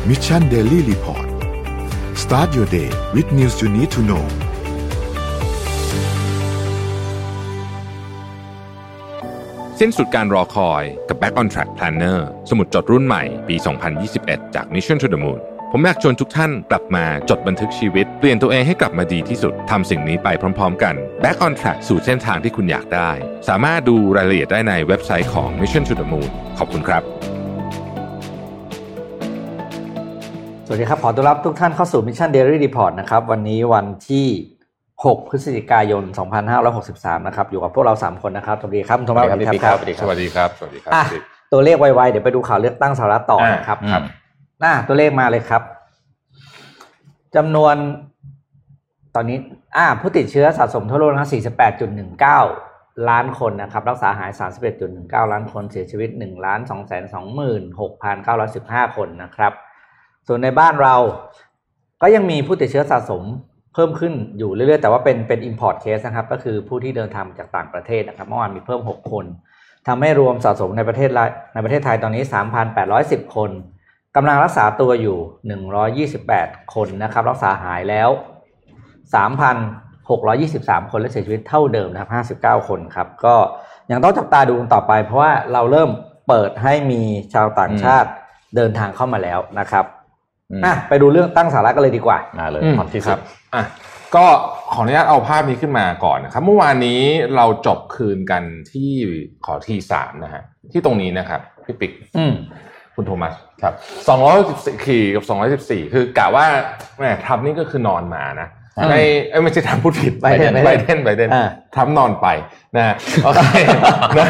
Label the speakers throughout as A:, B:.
A: Mission Daily Report Start your day with news you need to know
B: สิ้นสุดการรอคอยกับ Back on Track Planner สมุดจดรุ่นใหม่ปี 2021 จาก Mission to the Moon ผมอยากชวนทุกท่านกลับมาจดบันทึกชีวิตเปลี่ยนตัวเองให้กลับมาดีที่สุดทำสิ่งนี้ไปพร้อมๆกัน Back on Track สู่เส้นทางที่คุณอยากได้สามารถดูรายละเอียดได้ในเว็บไซต์ของ Mission to the Moon ขอบคุณครับ
C: สวัสดีครับขอต้อนรับทุกท่านเข้าสู่ Mission Daily Report นะครับวันนี้วันที่6พฤศจิกายน2563นะครับอยู่กับพวกเรา3คนนะครับสวัสดีครับทุกท่านสวัสดีครับ
B: สวัสดีครับสวัสดีครับ
C: ตัวเลขไวๆเดี๋ยวไปดูข่าวเลือกตั้งสหรัฐต่อนะครับตัวเลขมาเลยครับจำนวนตอนนี้ผู้ติดเชื้อสะสมทั่วโลกนะครับ 48.19 ล้านคนนะครับรักษาหาย 31.19 ล้านคนเสียชีวิต 1,226,915 คนนะครับส่วนในบ้านเราก็ยังมีผู้ติดเชื้อสะสมเพิ่มขึ้นอยู่เรื่อยๆแต่ว่าเป็น import case นะครับก็คือผู้ที่เดินทางจากต่างประเทศนะครับเมื่อวานมีเพิ่ม6คนทำให้รวมสะสมในประเทศไทยตอนนี้ 3,810 คนกำลังรักษาตัวอยู่128คนนะครับรักษาหายแล้ว 3,623 คนและเสียชีวิตเท่าเดิมนะครับ59คนครับก็ยังต้องจับตาดูต่อไปเพราะว่าเราเริ่มเปิดให้มีชาวต่างชาติเดินทางเข้ามาแล้วนะครับไปดูเรื่องตั้งสาระกันเลยดีกว่า
B: มาเลยพร้อมที่สุดก็ขออนุญาตเอาภาพนี้ขึ้นมาก่อนนะครับเมื่อวานนี้เราจบคืนกันที่ขอที3นะฮะที่ตรงนี้นะครับพี่ปิ๊กคุณโทมัสครับ214ขี่กับ214คือกะว่าแหมทรัมป์นี่ก็คือนอนมานะไม่ใช่ทรัมป์พูดผิดไบเดนทรัมป์นอนไปนะโอเคนะ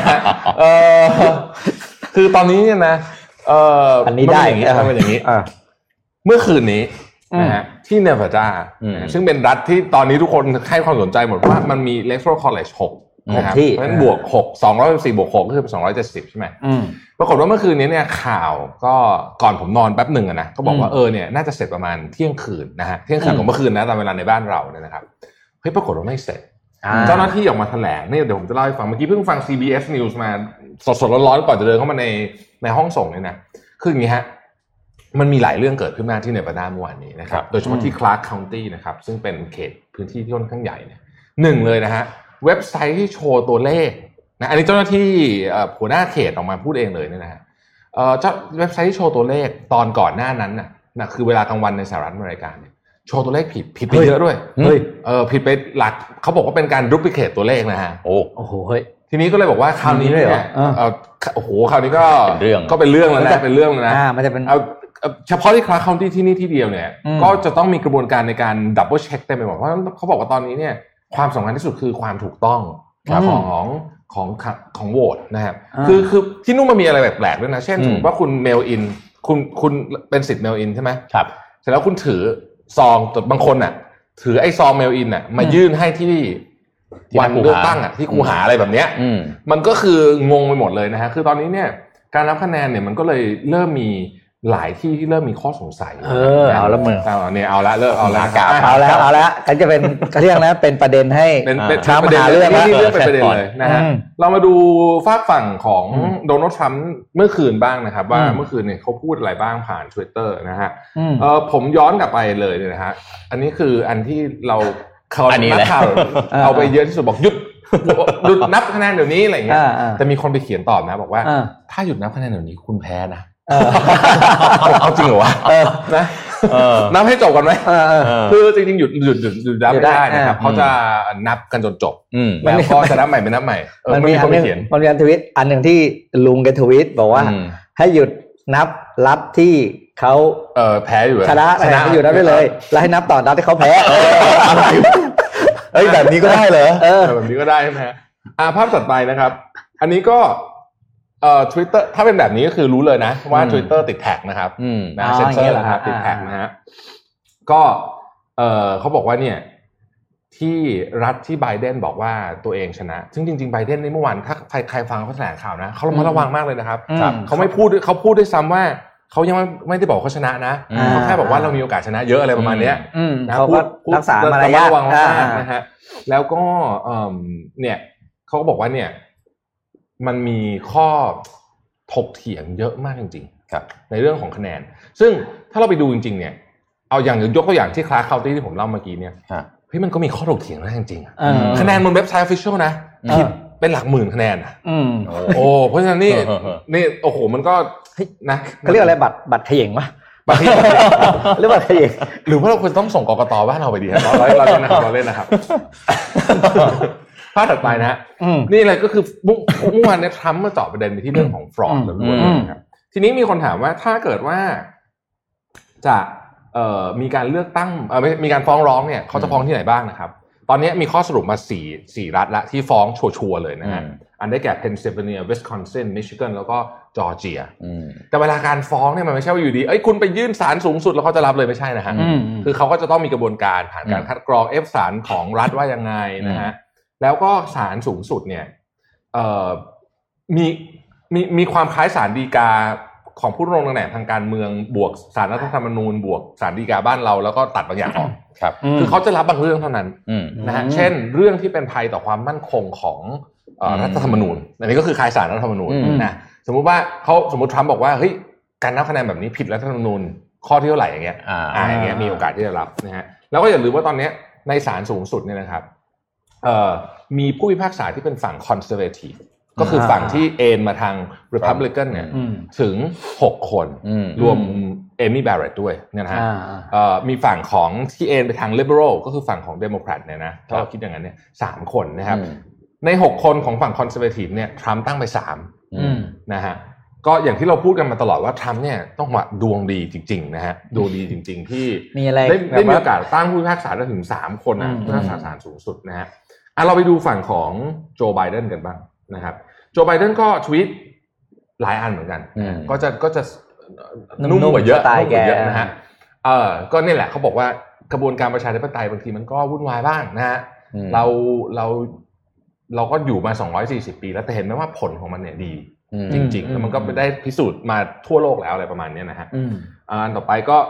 B: คือตอนนี้เนี่ยนะ
C: อันนี้ได้อย่าง
B: นี้เมื่อคืนนี้นะฮะที่เนวาดาซึ่งเป็นรัฐที่ตอนนี้ทุกคนให้ความสนใจหมดว่ามันมี Electoral College 6นะครับเพราะฉะนั้นบวก6 214บวก6ก็คือ270ใช่ไหมปรากฏว่าเมื่อคืนนี้เนี่ยข่าวก็ก่อนผมนอนแป๊บหนึ่งนะก็บอกว่าเนี่ยน่าจะเสร็จประมาณเที่ยงคืนนะฮะเที่ยงคืนของเมื่อคืนนะตามเวลาในบ้านเราเนี่ยนะครับเฮ้ยปรากฏว่าไม่เสร็จเจ้าหน้าที่ออกมาแถลงเนี่ยเดี๋ยวผมจะเล่าให้ฟังเมื่อกี้เพิ่งฟัง CBS News มาสดๆร้อนๆก่อนจะเดินเข้ามาในห้องส่งเนี่ยนะคืออย่างนี้ฮะมันมีหลายเรื่องเกิดขึ้นมาที่เนวาดาเมื่อวานนี้นะครับโดยเฉพาะที่คลาร์กคันตี้นะครับซึ่งเป็นเขตพื้นที่ที่ค่อนข้างใหญ่เนี่ยหนึ่งเลยนะฮะเว็บไซต์ที่โชว์ตัวเลขนะอันนี้เจ้าหน้าที่หัวหน้าเขตออกมาพูดเองเลยเนี่ยนะฮะเจ้าเว็บไซต์ที่โชว์ตัวเลขตอนก่อนหน้านั้นนะคือเวลากลางวันในสหรัฐอเมริกาเนี่ยโชว์ตัวเลขผิดไปเยอะด้วยผิดไปหลักเขาบอกว่าเป็นการดูพลิเคทตัวเลขนะฮะโอ้โหเฮ้ยทีนี้ก็เลยบอกว่าคราวนี้เนี่ยโอ้โหคราวนี้ก็เป็นเรื่องแล้วนะเป็นเรื่องแล้วนะ
C: มันจะเป็น
B: เฉพาะที่คลาร์กคันตี้ที่นี่ที่เดียวเนี่ยก็จะต้องมีกระบวนการในการดับเบิลเช็คเต็มไปหมดเพราะเขาบอกว่าตอนนี้เนี่ยความสำคัญที่สุดคือความถูกต้องของโหวตนะครับคือที่นู่นมันมีอะไรแปลกๆด้วยนะเช่นสมมติว่าคุณเมลอินคุณเป็นสิทธิ์เมลอินใช่ไหมครับเสร็จแล้วคุณถือซองบางคนน่ะถือไอ้ซองเมลอินน่ะมายื่นให้ที่วันเลือกตั้งที่คูหาอะไรแบบเนี้ยมันก็คืองงไปหมดเลยนะฮะคือตอนนี้เนี่ยการนับคะแนนเนี่ยมันก็เลยเริ่มมีหลายที่ที่เริ่มมีข้อสงสัย
C: เอาละมึง
B: เนี่ยเอาละเลิกเอาละ
C: กันจะเป็นเรื่องนะเป็นประเด็นให้
B: ทรัมป์หาเรื่องเป็นประเด็นเลยนะฮะเรามาดูฝากฝั่งของโดนัลด์ทรัมป์เมื่อคืนบ้างนะครับว่าเมื่อคืนเนี่ยเขาพูดอะไรบ้างผ่าน Twitter นะฮะผมย้อนกลับไปเลยนะฮะอันนี้คืออันที่เรานักข่าวเอาไปเยอะที่สุดบอกหยุดนับคะแนนเดี๋ยวนี้อะไรอย่างเงี้ยแต่มีคนไปเขียนตอบนะบอกว่าถ้าหยุดนับคะแนนเดี๋ยวนี้คุณแพ้นะเอาจริงเหรอวะนะนับให้จบกันไหมคือจริงๆหยุดนับไม่ได้นะครับเขาจะนับกันจนจบแล้วก็จะนับใหม่เป็นนับใหม่
C: มันมีคนเขียนมันมีทวิตอันหนึ่งที่ลุงแกทวิตบอกว่าให้หยุดนับรัฐที่เขา
B: แพ้อยู่
C: ชนะให้หยุดนับได้เลยแล้วให้นับต่อนัดที่เขาแพ้
B: อะไรแบบนี้ก็ได้เหรอแบบนี้ก็ได้ใช่ไหมภาพถัดไปนะครับอันนี้ก็Twitter ถ้าเป็นแบบนี้ก็คือรู้เลยนะว่า Twitter ติดแท็กนะครับนะเซ็นเซอร์นะครับติดแท็กนะฮะก็เขาบอกว่าเนี่ยที่รัฐที่ไบเดนบอกว่าตัวเองชนะซึ่งจริงๆไบเดนในเมื่อวานถ้าใครฟังเขาแถลงข่าวนะเขาระวังมากเลยนะครับเขาไม่พูดเขาพูดด้วยซ้ำว่าเขายังไม่ได้บอกเขาชนะนะเขาแค่บอกว่าเรามีโอกาสชนะเยอะอะไรประมาณนี้
C: นะพูดรักษามารยาท
B: นะฮะแล้วก็เนี่ยเขาก็บอกว่าเนี่ยมันมีข้อถกเถียงเยอะมากจริงในเรื่องของคะแนนซึ่งถ้าเราไปดูจริงๆเนี่ยเอาอย่างยกตัวอย่างที่คลาสเคาน์ตี้ที่ผมเล่าเมื่อกี้เนี่ยเฮ้ยมันก็มีข้อถกเถียงนะจริงๆคะแนนบนเว็บไซต์ Official นะผิดเป็นหลักหมื่นคะแนนโอ้เพราะฉะนั้นนี่โอ้โหมันก็นะ
C: เขาเรียกอะไรบัตรเขย่งวะหรือบัตรเขย่ง
B: หรือว่าเราควรต้องส่งกกต.บ้านเราไปดีครับเราเล่นนะครับภาพถัดไปนะนี่อะไรก็คือเมื่อวานเนี่ยทรัมป์มาเจาะประเด็นไปที่เรื่องของ fraud ล้วนๆนะครับทีนี้มีคนถามว่าถ้าเกิดว่าจะมีการเลือกตั้งมีการฟ้องร้องเนี่ยเขาจะฟ้องที่ไหนบ้างนะครับตอนนี้มีข้อสรุปมา4รัฐละที่ฟ้องชัวร์เลยนะฮะอันได้แก่เพนซิลเวเนียวิสคอนซินมิชิแกนแล้วก็จอร์เจียแต่เวลาการฟ้องเนี่ยมันไม่ใช่ว่าอยู่ดีคุณไปยื่นศาลสูงสุดแล้วเขาจะรับเลยไม่ใช่นะฮะคือเขาก็จะต้องมีกระบวนการผ่านการคัดกรองศาลของรัฐว่ายังไงนะฮะแล้วก็ศาลสูงสุดเนี่ยมีความคล้ายศาลฎีกาของผู้ดำรงตำแหน่งทางการเมืองบวกศาลรัฐธรรมนูญบวกศาลฎีกาบ้านเราแล้วก็ตัดบางอย่างออก
D: ครับ
B: คือเขาจะรับบางเรื่องเท่านั้นนะฮะเช่นเรื่องที่เป็นภัยต่อความมั่นคงของรัฐธรรมนูญอันนี้ก็คือคล้ายศาลรัฐธรรมนูญนะสมมุติว่าสมมุติทรัมป์บอกว่าเฮ้ยการนับคะแนนแบบนี้ผิดรัฐธรรมนูญข้อที่เท่าไหร่อย่างเงี้ยอย่างเงี้ยมีโอกาสที่จะรับนะฮะแล้วก็อย่าลืมว่าตอนนี้ในศาลสูงสุดเนี่ยนะครับมีผู้พิพากษาที่เป็นฝั่งคอนเซอร์เวทีฟก็คือฝั่งที่เอนมาทาง Republican เนี่ยถึง6คนรวมเอมี่แบรเรตด้วยเนี่ยนะฮะมีฝั่งของที่เอนไปทาง Liberal ก็คือฝั่งของ Democrat เนี่ยนะถ้าเราคิดอย่างนั้นเนี่ย3คนนะครับใน6คนของฝั่ง Conservative เนี่ยทรัมป์ตั้งไป3นะฮะก็อย่างที่เราพูดกันมาตลอดว่าทรัมป์เนี่ยต้องว่าดวงดีจริงๆนะฮะดวงดีจริงๆที่ได้มีโอกาสตั้งผู้พิพากษาได้ถึง3คนนะผู้พิพากษาศาลสูงสุดนะฮะเราไปดูฝั่งของโจไบเดนกันบ้างนะครับโจไบเดนก็ทวีตหลายอันเหมือนกันก็จะนุ่มกว่าเยอะนะฮะก็นี่แหละเขาบอกว่ากระบวนการประชาธิปไตยบางทีมันก็วุ่นวายบ้างนะฮะเราก็อยู่มา240ปีแล้วแต่เห็นไหมว่าผลของมันเนี่ยดีจริงๆแล้วมันก็ได้พิสูจน์มาทั่วโลกแล้วอะไรประมาณนี้นะฮะอันต่อไปก็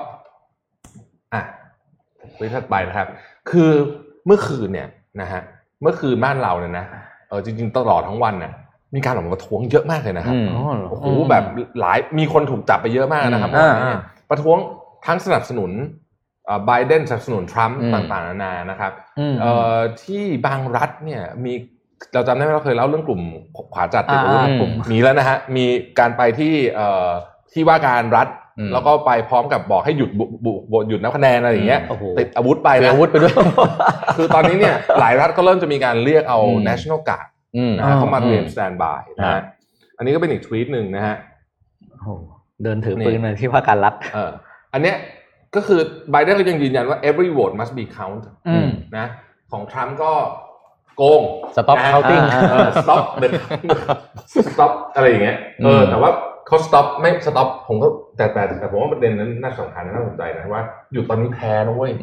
B: วิธีถัดไปนะครับคือเมื่อคืนเนี่ยนะฮะเมื่อคืนบ้านเราเนี่ยนะจริงๆตลอดทั้งวันเนี่ยมีการออกมาประท้วงเยอะมากเลยนะครับโอ้โหแบบมีคนถูกจับไปเยอะมากนะครับประท้วงทั้งสนับสนุนไบเดนสนับสนุนทรัมป์ต่างๆนานานะครับที่บางรัฐเนี่ยเราจำได้ไหมเราเคยเล่าเรื่องกลุ่มขวาจัดกลุ่มมีแล้วนะฮะมีการไปที่ว่าการรัฐแล้วก็ไปพร้อมกับบอกให้หยุดนับคะแนนอะไรอย่างเงี้ยติดอาวุธไปนะอาวุธไปด้วยคือตอนนี้เนี่ยหลายรัฐก็เริ่มจะมีการเรียกเอา National Guard เข้ามาเตรียมสแตนด์บายนะฮะอันนี้ก็เป็นอีกทวีตหนึ่งนะฮะ
C: เดินถือปืนมาที่ว่าการรัฐ
B: อันเนี้ยก็คือไบเดนก็ยังยืนยันว่า every vote must be count นะของทรัมป์ก็โกง
D: stop counting
B: stop อะไรอย่างเงี้ยแต่ว่าเขา stop ไม่ stop ผมก็แต่ผมว่าประเด็นนั้นน่าสำคัญน่าสนใจนะว่าอยู่ตอนนี้แพ้นะเว้ย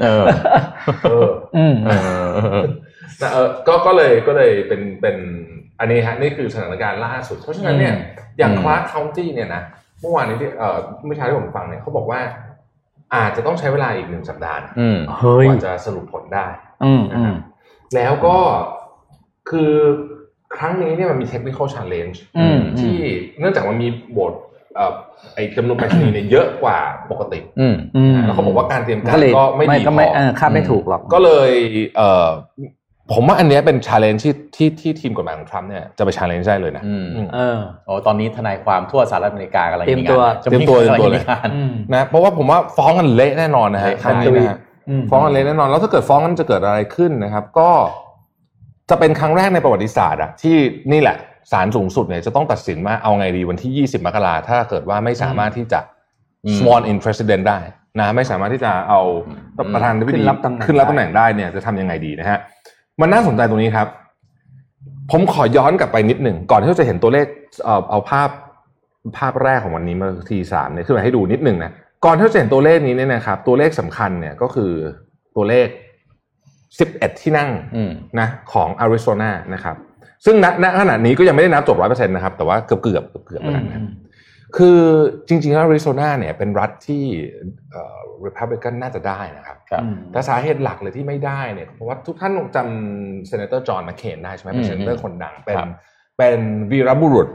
B: ก็เลยเป็นอันนี้ฮะนี่คือสถานการณ์ล่าสุดเพราะฉะนั้นเนี่ยอย่างคลาสเคาน์ตี้เนี่ยนะเมื่อวานนี้ที่เมื่อเช้าที่ผมฟังเนี่ยเขาบอกว่าอาจจะต้องใช้เวลาอีก1 สัปดาห์กว่าจะสรุปผลได้แล้วก็คือครั้งนี้เนี่ยมันมี technical challenge ที่เนื่องจากมันมีโหวตไอ้จำนวนไปรษณีย์เนี่ยเยอะกว่าปกติแล้วเขาบอกว่าการเตรียมการก็ไม่ดีพอ
C: คาดไม่ถูกหรอก
B: ก็เลยผมว่าอันนี้เป็น challenge ที่ทีมกฎหมายของทรัมป์เนี่ยจะไป challenge ได้เลยนะ
D: ตอนนี้ทนายความทั่วสหรัฐอเมริกากำลัง
B: เตรียมตัวเลยนะเพราะว่าผมว่าฟ้องกันเละแน่นอนนะฮะครั้งนี้นะฟ้องกันเละแน่นอนแล้วถ้าเกิดฟ้องกันจะเกิดอะไรขึ้นนะครับก็จะเป็นครั้งแรกในประวัติศาสตร์ที่นี่แหละศาลสูงสุดเนี่ยจะต้องตัดสินว่าเอาไงดีวันที่20 มกราคมถ้าเกิดว่าไม่สามารถที่จะ sworn in president ได้นะไม่สามารถที่จะเอาประธานาธิบดีขึ้นรับตำแหน่งได้เนี่ยจะทำยังไงดีนะฮะมันน่าสนใจตรงนี้ครับผมขอย้อนกลับไปนิดหนึ่งก่อนที่เราจะเห็นตัวเลขเอาภาพแรกของวันนี้มาที3เนี่ยขึ้นมาให้ดูนิดหนึ่งนะก่อนที่จะเห็นตัวเลขนี้เนี่ยนะครับตัวเลขสำคัญเนี่ยก็คือตัวเลข11 ที่นั่งนะของอาริโซนานะครับซึ่งณขณะนี้ก็ยังไม่ได้นับจบ 100% นะครับแต่ว่าเกือบแล้วกันนะคือจริงๆแล้วอาริโซนาเนี่ยเป็นรัฐที่Republican น่าจะได้นะครับแต่สาเหตุหลักเลยที่ไม่ได้เนี่ยเพราะว่าทุกท่านคงจำเซเนเตอร์จอห์นแมคเคนได้ใช่ไหมเป็นเซเนเตอร์คนดังเป็นวีรบุรุษพ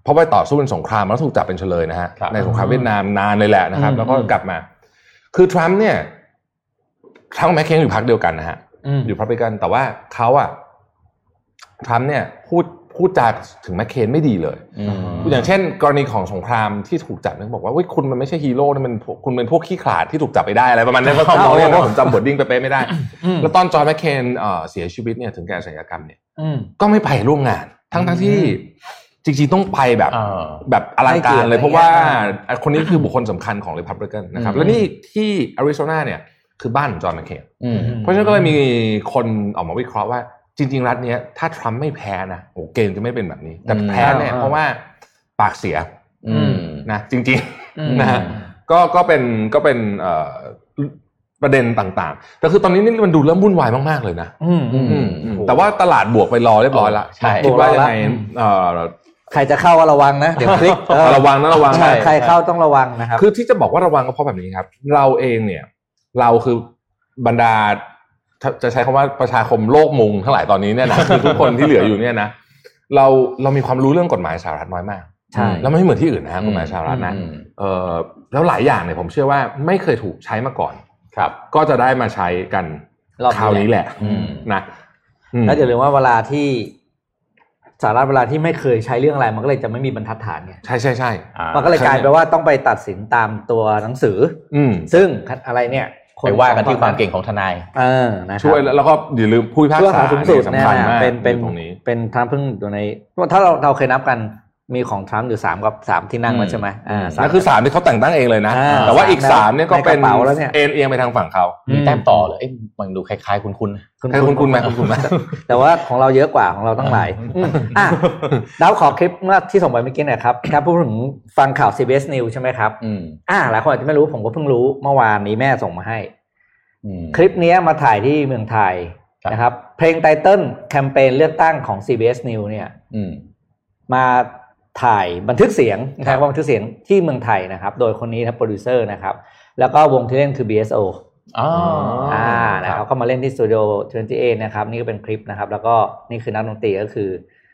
B: ราะไปต่อสู้เป็นสงครามแล้วถูกจับเป็นเฉลยนะฮะในสงครามเวียดนามนานเลยแหละนะครับแล้วก็กลับมาคือทรัมป์เนี่ยทั้งแมคเคนอยู่พรรคเดียวกันนะฮะอยู่พรรคเดียวกันแต่ว่าเขาอะทรัมป์เนี่ยพูดจาถึงแมคเคนไม่ดีเลยอย่างเช่นกรณีของสงครามที่ถูกจับเนี่ยบอกว่าคุณมันไม่ใช่ฮีโร่นะมันคุณเป็นพวกขี้ขลาดที่ถูกจับไปได้อะไรประมาณนั้นเขาบอกเนี่ยผมจำบทดิ้งไปไม่ได้แล้วตอนจอห์นแมคเคนเสียชีวิตเนี่ยถึงแก่อาชญากรรมเนี่ยก็ไม่ไปร่วมงานทั้งที่จริงๆต้องไปแบบอลังการเลยเพราะว่าคนนี้คือบุคคลสำคัญของ Republican นะครับแล้วนี่ที่อาริโซนาเนี่ยคือบ้านของจอห์นแมคเคนเพราะฉะนั้นก็เลยมีคนออกมาวิเคราะห์ว่าจริงๆรัฐนี้ถ้าทรัมป์ไม่แพ้นะโอ้เกมจะไม่เป็นแบบนี้แต่แพ้เนี่ยเพราะว่าปากเสียนะจริงๆนะฮะก็เป็นประเด็นต่างๆแต่คือตอนนี้นี่มันดูเริ่มวุ่นวายมากๆเลยนะแต่ว่าตลาดบวกไปรอเรียบร้อยละคิดว่ายังไง
C: ใครจะเข้าก็ระวังนะเดี๋ยวคลิก
B: ระวังนะระวัง
C: ใครเข้าต้องระวังนะครับ
B: คือที่จะบอกว่าระวังก็เพราะแบบนี้ครับเราเองเนี่ยเราคือบรรดาจะใช้คำว่าประชาคมโลกมุงทั้งหลายตอนนี้เนี่ยนะคือทุกคนที่เหลืออยู่เนี่ยนะเรามีความรู้เรื่องกฎหมายสหรัฐน้อยมาก
C: ใช่
B: แล้วไม่เหมือนที่อื่นนะกฎหมายสหรัฐนะแล้วหลายอย่างเนี่ยผมเชื่อว่าไม่เคยถูกใช้มาก่อน
D: ครับ
B: ก็จะได้มาใช้กันคราวนี้แหละนะ
C: แล้วอย่าลืมว่าเวลาที่สหรัฐเวลาที่ไม่เคยใช้เรื่องอะไรมันก็เลยจะไม่มีบรรทัดฐานไง
B: ใช่
C: มันก็เลยกลายเป็นว่าต้องไปตัดสินตามตัวหนังสือซึ่งอะไรเนี่ย
D: ไปว่ากันที่ความเก่งของทนาย
B: นะครับช่วยแล้วก็อย่าลืมผู้พิพากษาสำคัญมาก
C: เป็นตรงนี้เป็นทรัมป์เพิ่งอยู่ในถ้าเราเคยนับกันมีของทรัมป์อยู่3กับ3ที่นั่งมาใช่ไหม
B: นั่นคือ3ที่เขาแต่งตั้งเองเลยนะแต่ว่าอีก3เนี่ยก็เป็นเอียงไปทางฝั่งเขา
D: มีแต้มต่อเลยมันดูคล้ายๆคุ้น
B: ๆไหม
C: แต่ว่าของเราเยอะกว่าของเราต้องหลายดาวขอคลิปเมื่อที่ส่งไปเมื่อกี้หน่อยครับถ้าพูดถึงฟังข่าว CBS News ใช่ไหมครับหลายคนอาจจะไม่รู้ผมก็เพิ่งรู้เมื่อวานนี้แม่ส่งมาให้คลิปนี้มาถ่ายที่เมืองไทยนะครับเพลงไตเติ้ลแคมเปญเลือกตั้งของ CBS News เนี่ยมาถ่ายบันทึกเสียงนะครับว่าบันทึกเสียงที่เมืองไทยนะครับโดยคนนี้นะโปรดิวเซอร์นะครับแล้วก็วงที่เล่นคือ BSO นะครับก็มาเล่นที่สตูดิโอ28นะครับนี่ก็เป็นคลิปนะครับแล้วก็นี่คือนักดนตรีก็คือ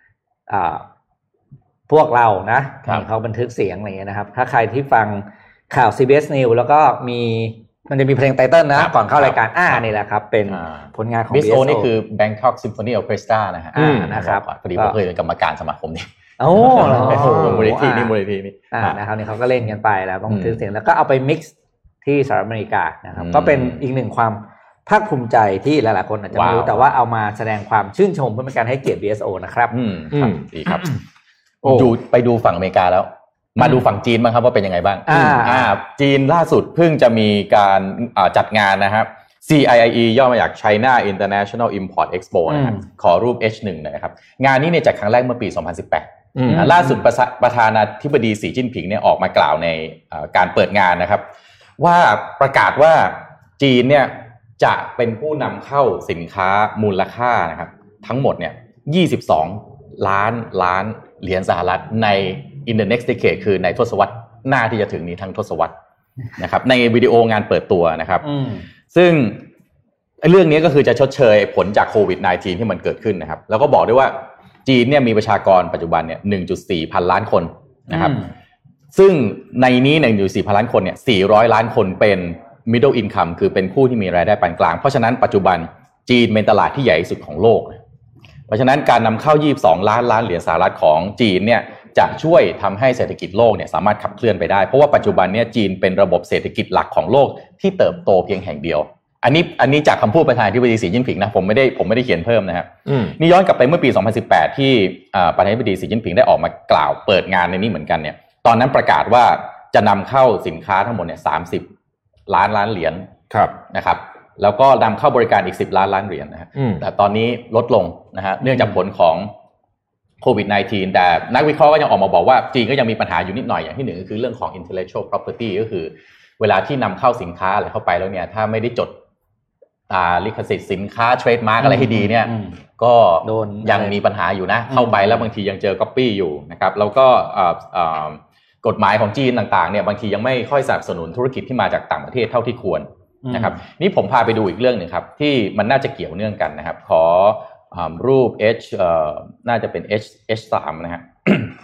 C: พวกเรานะเขาบันทึกเสียงอะไรเงี้ยนะครับถ้าใครที่ฟังข่าว CBS News แล้วก็มันจะมีเพลงไตเติ้ลนะก่อนเข้ารายการนี่แหละครับเป็นผลงานของ
D: BSO นี่คือ Bangkok Symphony Orchestra นะฮะ
C: นะครับ
D: พอดีผมเคยเป็นกรรมการสมาคมนี้มูลนิธินี่
C: นะครับนี่เขาก็เล่นกันไปแล้วบันทึกเสียงแล้วก็เอาไปมิกซ์ที่สหรัฐอเมริกานะครับก็เป็นอีกหนึ่งความภาคภูมิใจที่หลายๆคนอาจจะไม่รู้แต่ว่าเอามาแสดงความชื่นชมเพื่อเป็นการให้เกียรติ BSO นะครับ
D: ดีครับไปดูฝั่งอเมริกาแล้วมาดูฝั่งจีนบ้างครับว่าเป็นยังไงบ้างจีนล่าสุดเพิ่งจะมีการจัดงานนะครับ CIIE ย่อมาจาก China International Import Expo นะครับขอรูป H1 นะครับงานนี้เนี่ยจัดครั้งแรกเมื่อปี 2018ล่าสุดประธานาธิบดีสีจิ้นผิงเนี่ยออกมากล่าวในการเปิดงานนะครับว่าประกาศว่าจีนเนี่ยจะเป็นผู้นำเข้าสินค้ามูลค่านะครับทั้งหมดเนี่ย22 ล้านเหรียญสหรัฐใน in the next decade คือในทศวรรษหน้าที่จะถึงนี้ทั้งทศวรรษนะครับในวิดีโองานเปิดตัวนะครับซึ่งเรื่องนี้ก็คือจะชดเชยผลจากโควิด -19 ที่มันเกิดขึ้นนะครับแล้วก็บอกด้วยว่าจีนเนี่ยมีประชากรปัจจุบันเนี่ย 1.4 พันล้านคนนะครับซึ่งในนี้ 1.4 พันล้านคนเนี่ย400 ล้านคนเป็น middle income คือเป็นผู้ที่มีรายได้ปานกลางเพราะฉะนั้นปัจจุบันจีนเป็นตลาดที่ใหญ่ที่สุดของโลกเพราะฉะนั้นการนำเข้า22 ล้านเหรียญสหรัฐของจีนเนี่ยจะช่วยทำให้เศรษฐกิจโลกเนี่ยสามารถขับเคลื่อนไปได้เพราะว่าปัจจุบันเนี่ยจีนเป็นระบบเศรษฐกิจหลักของโลกที่เติบโตเพียงแห่งเดียวอันนี้จากคำพูดประธานาธิบดีสีจิ้นผิงนะผมไม่ได้เขียนเพิ่มนะครับนี่ย้อนกลับไปเมื่อปี 2018 ที่ประธานาธิบดีสีจิ้นผิงได้ออกมากล่าวเปิดงานในนี้เหมือนกันเนี่ยตอนนั้นประกาศว่าจะนำเข้าสินค้าทั้งหมดเนี่ย30 ล้านเหรียญนะครับแล้วก็นำเข้าบริการอีก10 ล้านเหรียญนะฮะแต่ตอนนี้ลดลงนะฮะเนื่องจากผลของโควิด -19 แต่นักวิเคราะห์ก็ยังออกมาบอกว่าจีนก็ยังมีปัญหาอยู่นิดหน่อยอย่างที่หนึ่งก็คือเรื่องของ intellectual property ก็คือเวลาที่นำเข้าสินค้าอะไรเข้าไปแล้วเนี่ยถ้าไม่ได้จดลิขสิทธิ์สินค้าเทรดมาร์กอะไรให้ดีเนี่ยก็ยังมีปัญหาอยู่นะเข้าไปแล้วบางทียังเจอก๊อปปี้อยู่นะครับแล้วก็กฎหมายของจีนต่างๆเนี่ยบางทียังไม่ค่อยสนับสนุนธุรกิจที่มาจากต่างประเทศเท่าที่ควรนะครับนี่ผมพาไปดูอีกเรื่องนึงครับที่มันน่าจะเกี่ยวเนื่องกันนะครับขอรูป H น่าจะเป็น H3 นะฮะ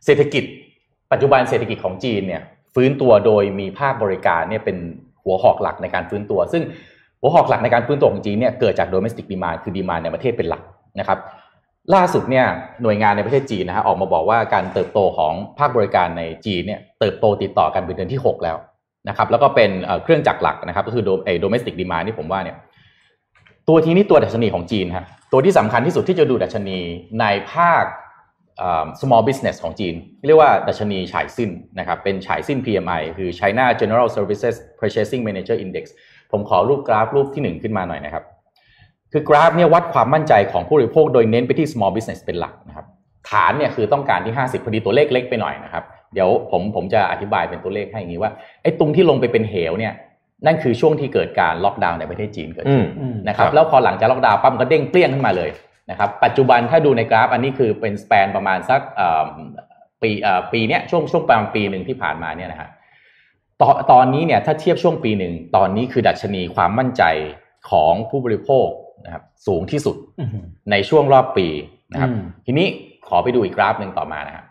D: เศรษฐกิจปัจจุบันเศรษฐกิจของจีนเนี่ยฟื้นตัวโดยมีภาคบริการเนี่ยเป็นหัวหอกหลักในการฟื้นตัวซึ่งหัวหอกหลักในการฟื้นตัวของจีนเนี่ยเกิดจาก domestic demand คือ demand ในประเทศเป็นหลักนะครับล่าสุดเนี่ยหน่วยงานในประเทศจีนนะฮะออกมาบอกว่าการเติบโตของภาคบริการในจีนเนี่ยเติบโตติดต่อกันเป็นเดือนที่6แล้วนะครับแล้วก็เป็นเครื่องจักรหลักนะครับก็คือdomestic demand ที่ผมว่าเนี่ยตัวทีนี้ตัวดัชนีของจีนครับตัวที่สำคัญที่สุดที่จะดูดัชนีในภาคsmall business ของจีนเรียกว่าดัชนีฉายซิ่นนะครับเป็นฉายซิ่น PMI คือ China General Services Purchasing Manager Index ผมขอรูปกราฟรูปที่1ขึ้นมาหน่อยนะครับคือกราฟเนี่ยวัดความมั่นใจของผู้บริโภคโดยเน้นไปที่ small business เป็นหลักนะครับฐานเนี่ยคือต้องการที่50พอดีตัวเลขเล็กไปหน่อยนะครับเดี๋ยวผมจะอธิบายเป็นตัวเลขให้อย่างนี้ว่าไอ้ตรงที่ลงไปเป็นเหวเนี่ยนั่นคือช่วงที่เกิดการล็อกดาวน์ในประเทศจีนเกิดขึ้นนะครับแล้วพอหลังจากล็อกดาวน์ปั๊บก็เด้งเปรี้ยงขึ้นมาเลยนะครับปัจจุบันถ้าดูในกราฟอันนี้คือเป็นสเปนประมาณสักปีเนี้ยช่วงประมาณปีนึงที่ผ่านมาเนี่ยนะฮะตอนนี้เนี่ยถ้าเทียบช่วงปีนึงตอนนี้คือดัชนีความมั่นใจของผู้บริโภคนะครับสูงที่สุดในช่วงรอบปีนะครับทีนี้ขอไปดูอีกกราฟนึงต่อมานะครับ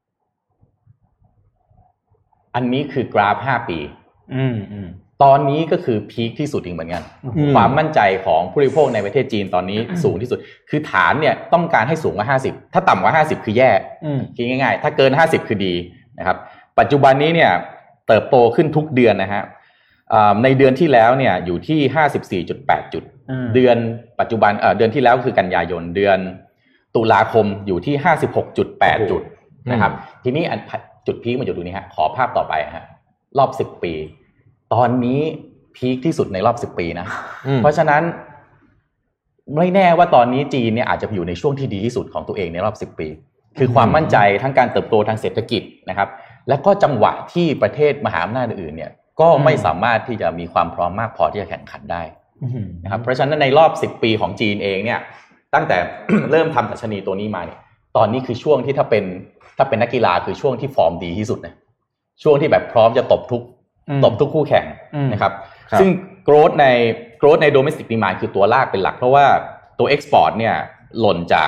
D: อันนี้คือกราฟ5ปีตอนนี้ก็คือพีคที่สุดอีกเหมือนกันความมั่นใจของผู้บริโภคในประเทศจีนตอนนี้สูงที่สุดคือฐานเนี่ยต้องการให้สูงกว่า50ถ้าต่ำกว่า50คือแย่คิดง่ายๆถ้าเกิน50คือดีนะครับปัจจุบันนี้เนี่ยเติบโตขึ้นทุกเดือนนะฮะในเดือนที่แล้วเนี่ยอยู่ที่ 54.8 จุดเดือนปัจจุบันเดือนที่แล้วคือกันยายนเดือนตุลาคมอยู่ที่ 56.8 จุดนะครับทีนี้จุดพีคมันอยู่ตรงนี้ฮะขอภาพต่อไปฮะรอบ10ปีตอนนี้พีคที่สุดในรอบ10ปีนะเพราะฉะนั้นไม่แน่ว่าตอนนี้จีนเนี่ยอาจจะอยู่ในช่วงที่ดีที่สุดของตัวเองในรอบ10ปีคือความมั่นใจทั้งการเติบโตทางเศรษฐกิจนะครับแล้วก็จังหวะที่ประเทศมหาอำนาจอื่นเนี่ยก็ไม่สามารถที่จะมีความพร้อมมากพอที่จะแข่งขันได้นะครับเพราะฉะนั้นในรอบ10ปีของจีนเองเนี่ยตั้งแต่ เริ่มทำดัชนีตัวนี้มาเนี่ยตอนนี้คือช่วงที่ถ้าเป็นนักกีฬาคือช่วงที่ฟอร์มดีที่สุดนะช่วงที่แบบพร้อมจะตบทุกคู่แข่งนะครับซึ่งโกรธใน domestic demand คือตัวลากเป็นหลักเพราะว่าตัว export เนี่ยหล่นจาก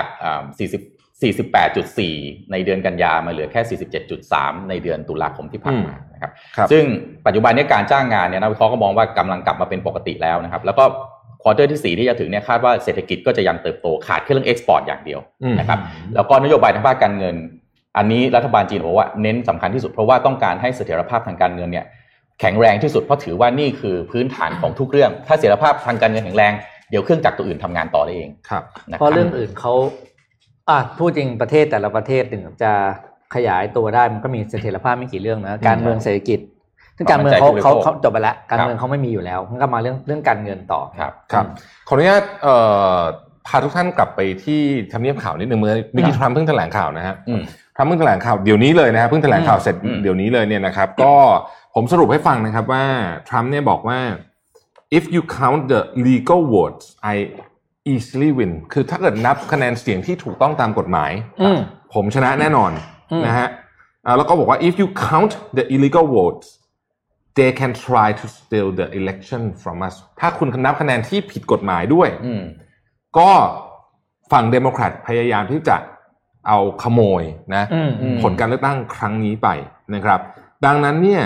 D: 48.4 ในเดือนกันยามาเหลือแค่ 47.3 ในเดือนตุลาคมที่ผ่านมานะครับซึ่งปัจจุบันนี้การจ้างงานเนี่ยนักวิเคราะห์ก็มองว่ากำลังกลับมาเป็นปกติแล้วนะครับแล้วก็ควอเตอร์ที่4ที่จะถึงเนี่ยคาดว่าเศรษฐกิจก็จะยังเติบโตขาดแค่เรื่อง export อย่างเดียวนะครับแล้วก็นโยบายทางภาคการเงินอันนี้รัฐบาลจีนบอกว่าเน้นสำคัญที่สุดเพราะว่าต้องการให้เสถียรภาพทางการเงินเนี่ยแข็งแรงที่สุดเพราะถือว่านี่คือพื้นฐานของทุกเรื่องถ้าเสถียรภาพทางการเงินแข็งแรงเดี๋ยวเครื่องจักรตัวอื่นทำงานต่อได้เอง
B: ครับ
C: เพราะเรื่องอื่นเขาพูดจริงประเทศแต่ละประเทศถึงจะขยายตัวได้มันก็มีเสถียรภาพไม่กี่เรื่องนะการเมืองเศรษฐกิจซึ่งการเมืองเขาจบไปแล้วการเมืองเขาไม่มีอยู่แล้วมันก็มาเรื่องการเงินต่อ
B: ครับขออนุญาตพาทุกท่านกลับไปที่ทำเนียบข่าวนิดนึงเมื่อกี้ทรัมป์เพิ่งแถลงข่าวนะฮะทรัมป์เพิ่งแถลงข่าวเดี๋ยวนี้เลยนะฮะเพิ่งแถลงข่าวเสร็จเดี๋ยวนี้เลยเนี่ยนะครับก็ผมสรุปให้ฟังนะครับว่าทรัมป์เนี่ยบอกว่า if you count the legal votes I easily win คือถ้าเกิดนับคะแนนเสียงที่ถูกต้องตามกฎหมายผมชนะแน่นอนนะฮะแล้วก็บอกว่า if you count the illegal votes they can try to steal the election from us ถ้าคุณนับคะแนนที่ผิดกฎหมายด้วยก็ฝั่งเดโมแครตพยายามที่จะเอาขโมยนะผลการเลือกตั้งครั้งนี้ไปนะครับดังนั้นเนี่ย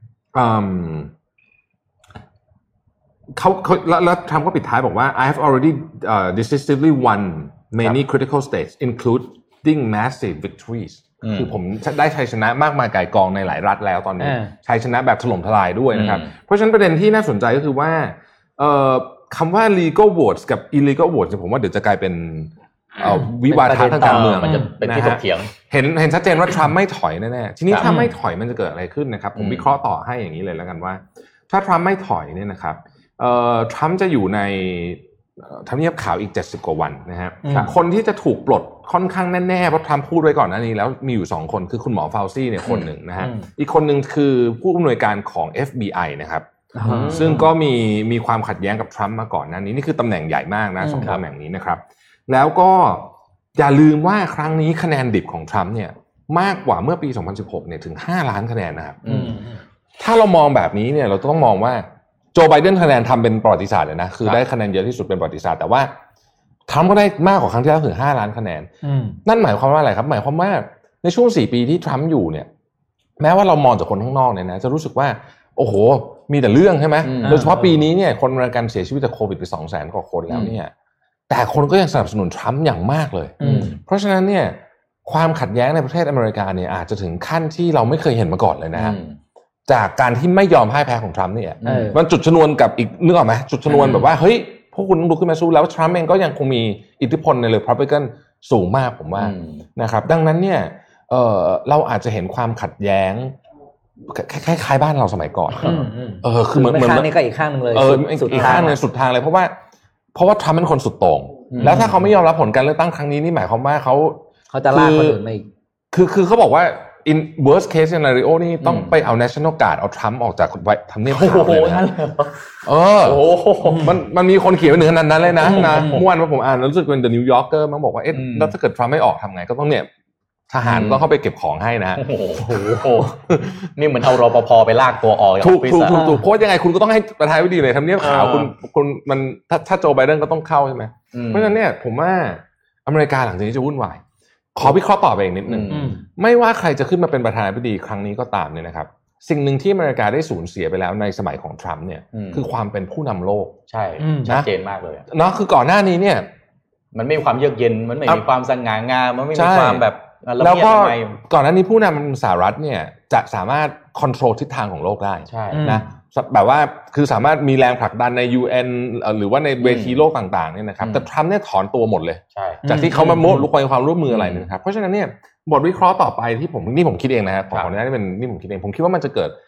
B: เขาแล้วทรัมป์ก็ปิดท้ายบอกว่า I have already decisively won many critical states including massive victories คือผมได้ชัยชนะมากมายก่ายกองในหลายรัฐแล้วตอนนี้ชัยชนะแบบถล่มทลายด้วยนะครับเพราะฉะนั้นประเด็นที่น่าสนใจก็คือว่าคำว่า legal votes กับ illegal votes ผมว่าเดี๋ยวจะกลายเป็นวิวาทะทางการเมือง
D: มันจะเป็นที่ถกเถียง
B: เห็นชัดเจนว่าทรัมป์ไม่ถอยแน่ๆทีนี้ถ้าไม่ถอยมันจะเกิดอะไรขึ้นนะครับผมวิเคราะห์ต่อให้อย่างนี้เลยแล้วกันว่าถ้าทรัมป์ไม่ถอยเนี่ยนะครับทรัมป์จะอยู่ในทำเนียบขาวอีก70กว่าวันนะฮะคนที่จะถูกปลดค่อนข้างแน่ๆเพราะทรัมป์พูดไว้ก่อนหน้านี้แล้วมีอยู่2คนคือคุณหมอฟาวซี่เนี่ยคนหนึ่งนะฮะอีกคนนึงคือผู้อำนวยการของ FBI นะครับซึ่งก็มีความขัดแย้งกับทรัมป์มาก่อนหน้านี้นี่คือตำแหน่งใหญ่มากนะ2ตำแหน่งนี้นะครับแล้วก็อย่าลืมว่าครั้งนี้คะแนนดิบของทรัมป์เนี่ยมากกว่าเมื่อปี2016เนี่ยถึง5ล้านคะแนนนะครับถ้าเรามองแบบนี้เนี่ยเราต้องมองว่าโจไบเดนคะแนนทำเป็นประวัติศาสตร์เลยนะคือได้คะแนนเยอะที่สุดเป็นประวัติศาสตร์แต่ว่าทรัมป์ก็ได้มากกว่าครั้งที่แล้วถึง5ล้านคะแนนนั่นหมายความว่าอะไรครับหมายความว่าในช่วง4ปีที่ทรัมป์อยู่เนี่ยแม้ว่าเรามองจากคนข้างนอกเนี่ยนะจะรู้สึกว่าโอ้โหมีแต่เรื่องใช่ไหมโดยเฉพาะปีนี้เนี่ยคนอเมริกันเสียชีวิตจากโควิดไป 200,000 กว่าคนแล้วเนี่ยแต่คนก็ยังสนับสนุนทรัมป์อย่างมากเลยเพราะฉะนั้นเนี่ยความขัดแย้งในประเทศอเมริกาเนี่ยอาจจะถึงขั้นที่เราไม่เคยเห็นมาก่อนเลยนะฮะจากการที่ไม่ยอมพ่ายแพ้ของทรัมป์เนี่ยมันจุดชนวนกับอีกนึกออกไหมจุดชนวนแบบว่าเฮ้ยพวกคุณต้องลุกขึ้นมาสู้แล้วทรัมป์เองก็ยังคงมีอิทธิพลในรีพับลิกันสูงมากผมว่านะครับดังนั้นเนี่ยเราอาจจะเห็นความขัดแย้งคล้ายๆบ้านเราสมัยก่อนคือเหมือน
C: นี่ก็อีกข้างนึงเลย
B: อีกข้างนึงสุดทางเลยเพราะว่าทรัมป์เป็นคนสุดโต่งแล้วถ้าเขาไม่ยอมรับผลการเลือกตั้งครั้งนี้นี่หมายความว่าเขา
C: จะลากคนอื่นมาอีก
B: คือเขาบอกว่า in worst case scenario นี่ต้องไปเอา national guard เอาทรัมป์ออกจากทำเนียบขาวเลยนะมันมีคนเขียนไว้ถึงขนาดนั้นเลยนะเมื่อวานผมอ่านรู้สึกเป็น The New Yorker มันบอกว่าแล้วถ้าเกิดทรัมป์ไม่ออกทำไงก็ต้องเนี่ยทหารก็เข้าไปเก็บของให้นะ
D: โอ้โหนี่เหมือนเอารปภไปลากตัวออก
B: ถูกโค้ชยังไงคุณก็ต้องให้ประธานาธิบดีเลยทำเนียบขาวคุณมันถ้าโจไบเดนก็ต้องเข้าใช่ไหมเพราะฉะนั้นเนี่ยผมว่าอเมริกาหลังจากนี้จะวุ่นวายขอวิเคราะห์ต่อไปอีกนิดนึงไม่ว่าใครจะขึ้นมาเป็นประธานาธิบดีครั้งนี้ก็ตามเนี่ยนะครับสิ่งหนึ่งที่อเมริกาได้สูญเสียไปแล้วในสมัยของทรัมป์เนี่ยคือความเป็นผู้นำโลก
D: ใช่ชัดเจนมากเลย
B: เนาะคือก่อนหน้านี้เนี่ย
D: มันไม่มีความเยือกเย็นมันไม่มีความสง่างามมันไม่มีความแบบ
B: แล้วก็ก่อนหน้านี้ผู้นำสหรัฐเนี่ยจะสามารถควบคุมทิศทางของโลกได้นะแบบว่าคือสามารถมีแรงผลักดันใน UN หรือว่าในเวทีโลกต่างๆเนี่ยนะครับแต่ทรัมป์เนี่ยถอนตัวหมดเลยจากที่เขามาโม้ลุกไปความร่วมมืออะไรนะครับเพราะฉะนั้นเนี่ยบทวิเคราะห์ต่อไปที่ผมคิดเองนะครับของนี้นี่ผมคิดเองผมคิดว่ามันจะเกิด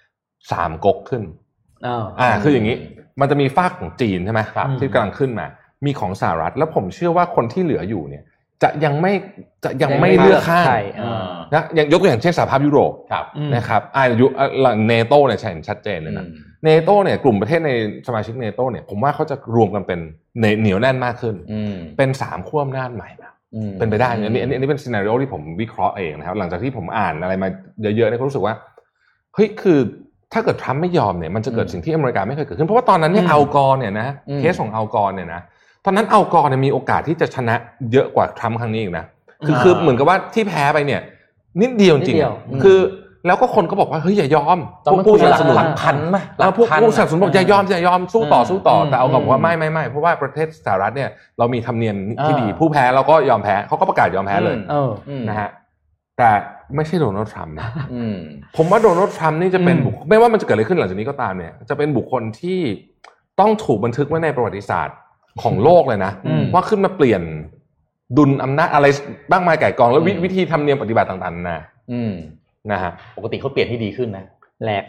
B: 3ก๊กขึ้นคืออย่างนี้มันจะมีฝากของจีนใช่ไหมที่กำลังขึ้นมามีของสหรัฐแล้วผมเชื่อว่าคนที่เหลืออยู่เนี่ยจะยังไม่เลือกข้างนะยกตัวอย่างเช่นสหภาพยุโรปนะครับเนโต้เนี่ยชัดเจนเลยนะเนโต้เนี่ยกลุ่มประเทศในสมาชิกเนโต้เนี่ยผมว่าเขาจะรวมกันเป็นเหนียวแน่นมากขึ้นเป็น3ขั้วอำนาจใหม่มาเป็นไปได้อันนี้เป็นซีนาริโอที่ผมวิเคราะห์เองนะครับหลังจากที่ผมอ่านอะไรมาเยอะๆเนี่ยก็รู้สึกว่าเฮ้ยคือถ้าเกิดทรัมป์ไม่ยอมเนี่ยมันจะเกิดสิ่งที่อเมริกาไม่เคยเกิดขึ้นเพราะว่าตอนนั้นเนี่ยอัลกอร์เนี่ยนะเคสของอัลกอร์เนี่ยนะตอนนั้นอัลกอร์เนี่ยมีโอกาสที่จะชนะเยอะกว่าทรัมป์ครั้งนี้อีกนะคือเหมือนกับว่าที่แพ้ไปเนี่ยนิดเดียวจริงๆคือแล้วก็คนก็บอกว่าเฮ้ยอย่ายอม
D: ผู้สนับสนุนพันมั้ย
B: แล้วผู้สนับสนุนบอกอย่ายอมสู้ต่อแต่เอาบอกว่าไม่เพราะว่าประเทศสหรัฐเนี่ยเรามีธรรมเนียมที่ดีผู้แพ้เราก็ยอมแพ้เขาก็ประกาศยอมแพ้เลยนะฮะแต่ไม่ใช่โดนัลด์ทรัมป์นะผมว่าโดนัลด์ทรัมป์นี่จะเป็นบุคคลไม่ว่ามันจะเกิดอะไรขึ้นหลังจากนี้ก็ตามเนี่ยจะเป็นบุคคลที่ต้องถูกบันทึกไว้ในประวัติศาสตร์ของโลกเลยนะว่าขึ้นมาเปลี่ยนดุลอำนาจอะไรบ้างมายไก่กองแล้ววิธีทำเนียมปฏิบัติต่างๆนะฮะ
D: ปกติเขาเปลี่ยนให้ดีขึ้นนะ
C: แหลก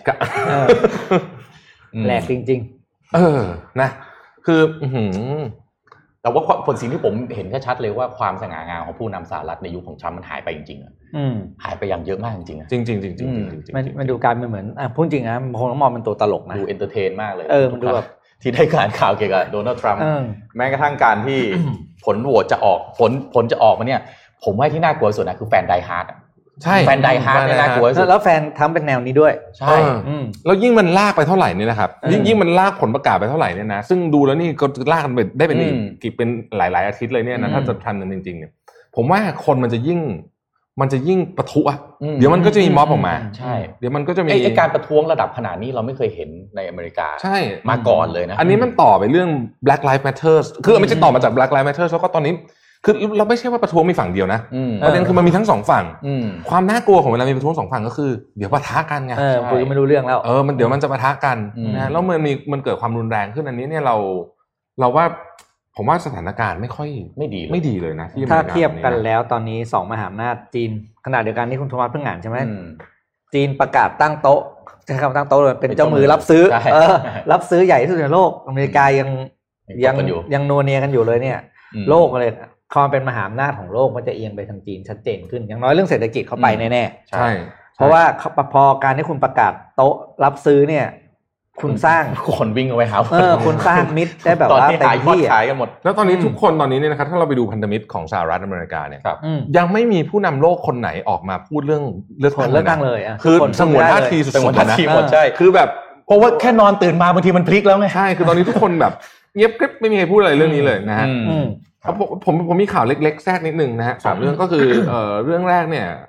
C: แหลกจริง
B: ๆนะคือ
D: แต่ว่าผลสิ่งที่ผมเห็นชัดเลยว่าความสง่างามของผู้นำสหรัฐในยุคของทรัมป์มันหายไปจริงๆหายไปอย่างเยอะมากจริงๆ
B: จริง
C: มันดูการเหมือนพูดจริงนะคงต้องมองเป็นตัวตลกนะ
D: ดูเอนเตอร์เทนมากเลย
C: มันดูแบบ
D: ที่ได้การข่าวเกี่ยวกับโดนัลด์ทรัมป์แม้กระทั่งการที่ผลโหวตจะออกผลจะออกมาเนี่ยผมว่าที่น่ากลัวสุดนะคือแฟนไดฮาร์ด
B: ใช่
D: แฟนไดฮาร์ดน่ากลัวสุด
C: แล้วแฟนทำเป็นแนวนี้ด้วย
B: ใช่แล้วยิ่งมันลากไปเท่าไหร่นี่นะครับยิ่งมันลากผลประกาศไปเท่าไหร่เนี่ยนะซึ่งดูแล้วนี่ก็ลากกันไปได้เป็นกี่เป็นหลายอาทิตย์เลยเนี่ยนะถ้าจะทำกันจริงๆเนี่ยผมว่าคนมันจะยิ่งปะทุอ่ะเดี๋ยวมันก็จะมีม็อบออกมา
D: ใช่
B: เดี๋ยวมันก็จะมี
D: ไอ้การประท้วงระดับขนาดนี้เราไม่เคยเห็นในอเมริกา
B: ใช่
D: มาก่อนเลยนะ
B: อันนี้มันต่อไปเรื่อง Black Lives Matter คือไม่ใช่ต่อมาจาก Black Lives Matter แล้วก็ตอนนี้คือเราไม่ใช่ว่าประท้วงมีฝั่งเดียวนะประเด็นคือมันมีทั้ง2ฝั่งความน่ากลัวของเวลามีประท้วง2ฝั่งก็คือเดี๋ยวปะทะกันไง
C: คุยไม่รู้เรื่องแล้ว
B: มันเดี๋ยวมันจะปะทะกันนะแล้วมันเกิดความรุนแรงขึ้นอันนี้เนี่ยเราว่าผมว่าสถานการณ์ไม่ดีเลยนะ
C: ถ้าเทียบกันแล้วตอนนี้2มหาอำนาจจีนขณะเดียวกันที่คุณโทมัสเพิ่งอ่านใช่ไหมจีนประกาศตั้งโต๊ะใช้คำตั้งโต๊ะเลยเป็นเจ้ามือรับซื้อรับซื้อใหญ่ที่สุดในโลกอเมริกายังนัวเนียกันอยู่เลยเนี่ยโลกเลยความเป็นมหาอำนาจของโลกมันจะเอียงไปทางจีนชัดเจนขึ้นอย่างน้อยเรื่องเศรษฐกิจเขาไปแน่
B: ๆใช่
C: เพราะว่าพอการที่คุณประกาศโต๊ะรับซื้อเนี่ยคุณสร้าง
D: คนวิ่งเอาไว้หา
C: คุณสร้างมิตรได้แบบว่าเต็มที่
D: ขายกันหมด
B: แล้วตอนนี้ทุกคนตอนนี้เนี่ยนะครับถ้าเราไปดูพันธมิตรของสหรัฐอเมริกาเนี่ยยังไม่มีผู้นำโลกคนไหนออกมาพูดเรื่องเลือก
C: ตั้งเลย
B: คือสงวนท่าทีสุดๆนะ
D: ใช่
B: คือแบบ
D: เพราะว่าแค่นอนตื่นมาบางทีมันพลิกแล้วไง
B: ใช่คือตอนนี้ทุกคนแบบเงียบกริบไม่มีใครพูดอะไรเรื่องนี้เลยนะฮะผมมีข่าวเล็กๆแทรกนิดนึงนะฮะ3เรื่องก็คือเรื่องแรกเนี่ย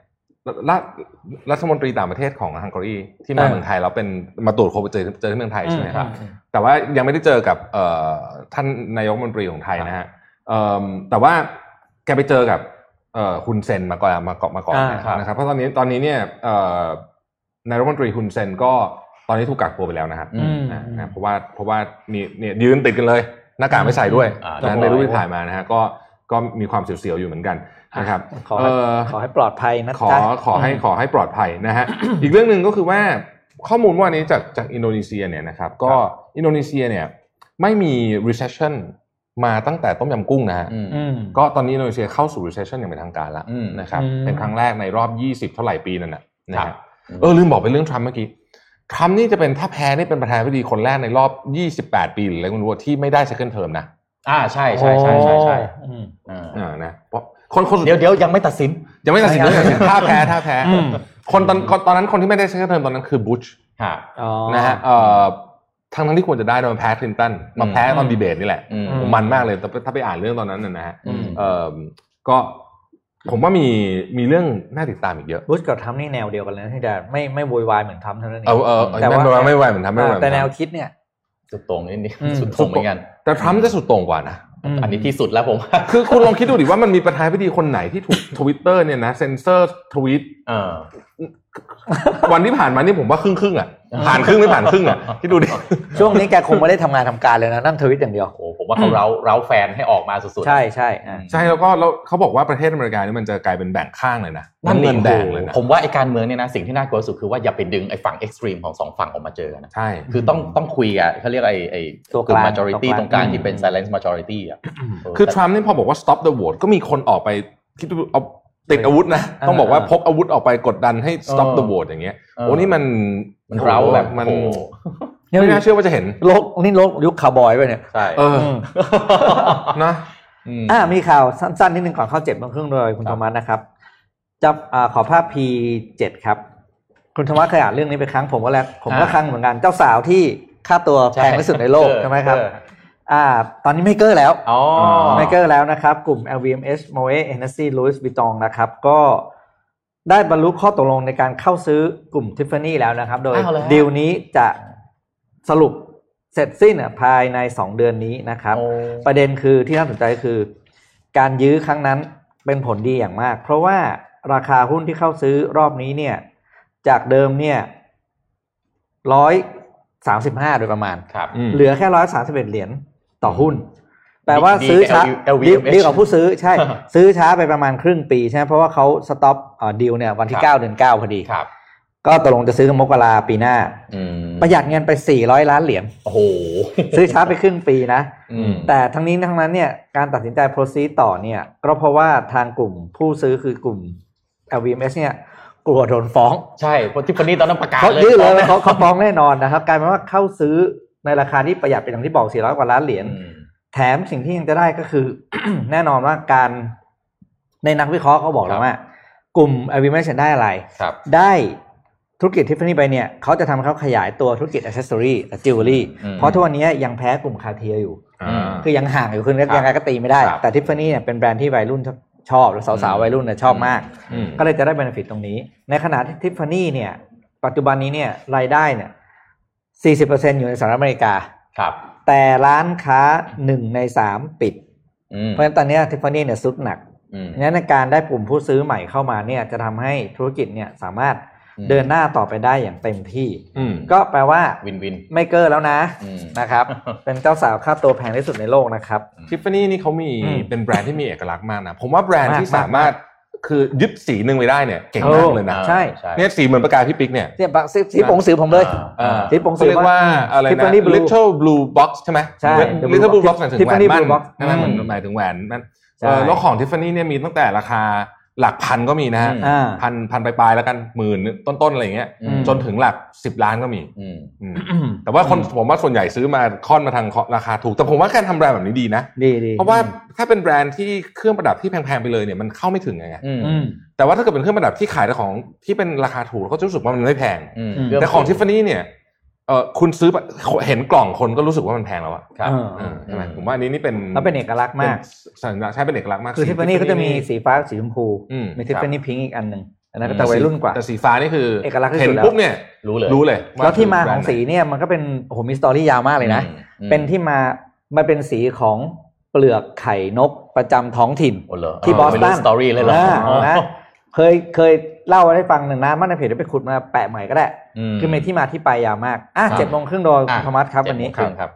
B: รัฐมนตรีต่างประเทศของฮังการีที่มาเมืองไทยแล้วเป็นมาตรวจโควิดเจอที่เมืองไทยใช่ไหมครับแต่ว่ายังไม่ได้เจอกับท่านนายกรัฐมนตรีของไทยนะฮะแต่ว่าแกไปเจอกับฮุนเซนมาก่อนนะครับเพราะตอนนี้เนี่ยนายกรัฐมนตรีฮุนเซนก็ตอนนี้ถูกกักตัวไปแล้วนะครับเพราะว่ามีเนี่ยยืนติดกันเลยหน้ากากไม่ใส่ด้วยในรูปที่ถ่ายมานะฮะก็มีความเสียวๆอยู่เหมือนกันนะครับ
C: ขอให้ปลอดภัยนะ
B: ขอให้ปลอดภัยนะฮะ อีกเรื่องนึงก็คือว่าข้อมูลว่านี้จากอินโดนีเซียเนี่ยนะครับก็อินโดนีเซียเนี่ยไม่มี recession มาตั้งแต่ต้มยำกุ้งนะฮะก็ตอนนี้อินโดนีเซียเข้าสู่ recession อย่างเป็นทางการแล้วนะครับเป็นครั้งแรกในรอบ20เท่าไหร่ปีนั่นนะลืมบอกไปเรื่องทรัมป์เมื่อกี้ทรัมป์นี่จะเป็นถ้าแพ้นี่เป็นประธานาธิบดีคนแรกในรอบ28ปีหรืออะไรคุณรู้ที่ไม่ได้ second term นะ
D: ใช่
B: นะเพราะคน
D: เดี๋ยวยังไม่ตัดสิน
B: ถ้าแพ้คนตอนนั้นคนที่ไม่ได้ second term ตอนนั้นคือบุชนะฮะทั้งที่ควรจะได้โดนแพ้คลินตันมาแพ้ตอนดีเบตนี่แหละมันมากเลยแต่ถ้าไปอ่านเรื่องตอนนั้นนะฮะก็ผมว่ามีเรื่องน่าติดตามอีกเยอะ
C: บุชกับทรัมป์นี่แนวเดียวกันเลยที่จะไม่โวยวายเหมือนทรัมป์เท่านั้นเอง
B: แต่ว่าไม่โวยวายเหมือนทรัมป์
C: แต่แนวคิดเนี่ย
D: สุดโต่งนิดสุดโต่งเหมือนกัน
B: แต่ทรัมป์จะสุดโต่งกว่านะ
D: อันนี้ที่สุดแล้วผม
B: คือคุณลองคิดดูดิว่ามันมีประธานาธิบดีคนไหนที่ถูก Twitter เนี่ยนะเซ็นเซอร์ทวีตวันที่ผ่านมานี่ผมว่าครึ่งอ่ะผ่านครึ่งไม่ผ่านครึ่งอ่ะที่ดูดิ
C: ช่วงนี้แกคงไม่ได้ทำงานทำการเลยนะนั่นทวิตอย่างเดียว
D: โอ้ผมว่าเขาเร้าแฟนให้ออกมาสุด
C: ๆใช่
B: แล้วก็เขาบอกว่าประเทศอเมริกานี่มันจะกลายเป็นแบ่งข้างเลยนะ
D: นั่นเงินแดงเลยนะผมว่าไอ้การเมืองเนี่ยนะสิ่งที่น่ากลัวสุดคือว่าอย่าไปดึงไอ้ฝั่งเอ็กซ์ตรีมของสองฝั่งออกมาเจอนะ
B: ใช่
D: คือต้องคุยอ่ะเขาเรียกไอ้ตัวกลุ่ม majority ตรงกลางที่เป็น silent majority อ่ะ
B: คือทรัมป์นี่พอบอกว่า stop the vote ก็มีคนออกไปคิดเอาติดอาวุธนะต้องบอกว่าพกอาวุธออกไปกดดันให้ stop the vote อย่างเงี้ยโอ้นี่มัน
D: เร้าแบบ
B: มันไม่น่าเชื่อว่าจะเห็น
C: โลกยุคคาวบอยไปเนี่ย
D: ใช่
B: นะ
C: มีข่าวสั้นๆนิดนึงก่อนเข้า7 โมงครึ่งโดยคุณธรรมะนะครับจะขอภาพ P7 ครับคุณธรรมะเคยอ่านเรื่องนี้ไปครั้งผมก็ครั้งเหมือนกันเจ้าสาวที่ค่าตัวแพงที่สุดในโลกใช่ไหมครับตอนนี้ไม่เกอร์แล้วไม่เกอร์แล้วนะครับกลุ่ม LVMH Moet Hennessy Louis Vuitton นะครับก็ได้บรรลุข้อตกลงในการเข้าซื้อกลุ่ม Tiffany แล้วนะครับโดยดีลนี้จะสรุปเสร็จสิ้นภายใน2 เดือนนี้นะครับประเด็นคือที่น่าสนใจคือการยื้อครั้งนั้นเป็นผลดีอย่างมากเพราะว่าราคาหุ้นที่เข้าซื้อรอบนี้เนี่ยจากเดิมเนี่ย135โดยประมาณเหลือแค่131เหรียญต่อหุ้นแปลว่าซื้อช้าดีกว่าผู้ซื้อใช่ซื้อช้าไปประมาณครึ่งปีใช่ไหมเพราะว่าเขาสต็อปดีลเนี่ยวันที่9 เดือน 9พอดีก็ตกลงจะซื้อมกราปีหน้าประหยัดเงินไป400 ล้านเหรียญ
D: โอ้โห
C: ซื้อช้าไปครึ่งปีนะแต่ทั้งนี้ทั้งนั้นเนี่ยการตัดสินใจ proceed ต่อเนี่ยก็เพราะว่าทางกลุ่มผู้ซื้อคือกลุ่ม LVMH เนี่ยกลัวโดนฟ้อง
D: ใช่เพราะที่คนนี้ตอนนั้นประกาศ
C: เลยเขาฟ้องแน่นอนนะครับกลายเป็นว่าเข้าซื้อในราคาที่ประหยัดเป็นอย่างที่บอก400 กว่าล้านเหรียญแถมสิ่งที่ยังจะได้ก็คือ แน่นอนว่าการในนักวิเคราะห์เขาบอกแล้วว่ากลุ่ม LVMH ได้อะไรได้ธุรกิจ Tiffany ไปเนี่ยเขาจะทำให้เขาขยายตัวธุรกิจ accessory และ jewelry เพราะทุกวันนี้ยังแพ้กลุ่ม Cartier อยู่คือยังห่างอยู่คือยังไงก็ตีไม่ได้แต่ Tiffany เนี่ยเป็นแบรนด์ที่วัยรุ่นชอบและสาวๆวัยรุ่นเนี่ยชอบมากก็เลยจะได้ benefit ตรงนี้ในขณะที่ Tiffany เนี่ยปัจจุบันนี้เนี่ยรายได้เนี่ย 40% อยู่ในสหรัฐอเมริกาแต่ร้านค้า1 ใน 3ปิดเพราะฉะนั้นตอนนี้ Tiffany เนี่ยซุดหนักงั้นในการได้กลุ่มผู้ซื้อใหม่เข้ามาเนี่ยจะทำให้ธุรกิจเนี่ยสามารถเดินหน้าต่อไปได้อย่างเต็มที่ก็แปลว่า
D: วิน
C: ไม่เกอร์แล้วนะครับเป็นเจ้าสาวค่าตัวแพงที่สุดในโลกนะครับ
B: Tiffany นี่เขามีเป็นแบรนด์ที่มีเอกลักษณ์มากนะผมว่าแบรนด์ที่สามารถคือยึดสีนึงไปได้เนี่ยเก่งมากเลยนะ
C: ใช่
B: เนี่ยสีเหมือนปากกาพี่ปิ๊กเนี่ย
C: สีปงสือผมเลยสีปงสือ
B: เรียกว่าอะไรนะ Little Blue Box ใช่ไหม
C: ใช่
B: Little Blue Box หมายถึงแหวนมั่นนั่นหมายถึงแหวนนั่นแล้วของ Tiffany เนี่ยมีตั้งแต่ราคาหลักพันก็มีนะฮะพันปลายๆแล้วกันหมื่นต้นๆอะไรอย่างเงี้ยจนถึงหลัก10 ล้านก็มีแต่ว่าคนผมว่าส่วนใหญ่ซื้อมาค่อนมาทางราคาถูกแต่ผมว่าการทำแบรนด์แบบนี้ดีนะเพราะว่าถ้าเป็นแบรนด์ที่เครื่องประดับที่แพงๆไปเลยเนี่ยมันเข้าไม่ถึงไงแต่ว่าถ้าเกิดเป็นเครื่องประดับที่ขายแต่ของที่เป็นราคาถูกก็จะรู้สึกว่ามันไม่แพงแต่ของ Tiffany เนี่ยคุณซื้อเห็นกล่องคนก็รู้สึกว่ามันแพงแล้วอะใช่ไหมผมว่าอันนี้นี่เป็น
C: แล้วเป็นเอกลักษณ์มาก
B: ใช่เป็นเอกลักษณ์มาก
C: คือ Tiffany ก็จะมีสีฟ้าสีชมพูมี Tiffany Pink อีกอันนึงอันนั้นก็จะวัยรุ่นกว่า
B: แต่สีฟ้านี่คือ
C: เอกลักษณ์
B: เห็นปุ๊บเนี่ย
D: รู้เลย
C: แล้วที่มาของสีเนี่ยมันก็เป็นโอ้โหมีสตอรี่ยาวมากเลยนะเป็นที่มามันเป็นสีของเปลือกไข่นกประจำท้องถิ่นที่บอสตัน
D: สตอรี่เลยเหรอ
C: นะเคยเล่าให้ฟังหนึ่งนะมันในเพจได้ไปขุดมาแปะใหม่ก็ได้คือมีที่มาที่ไปยาวมาก7:30 นโดยโทมัสครับวันนี้
D: ครับ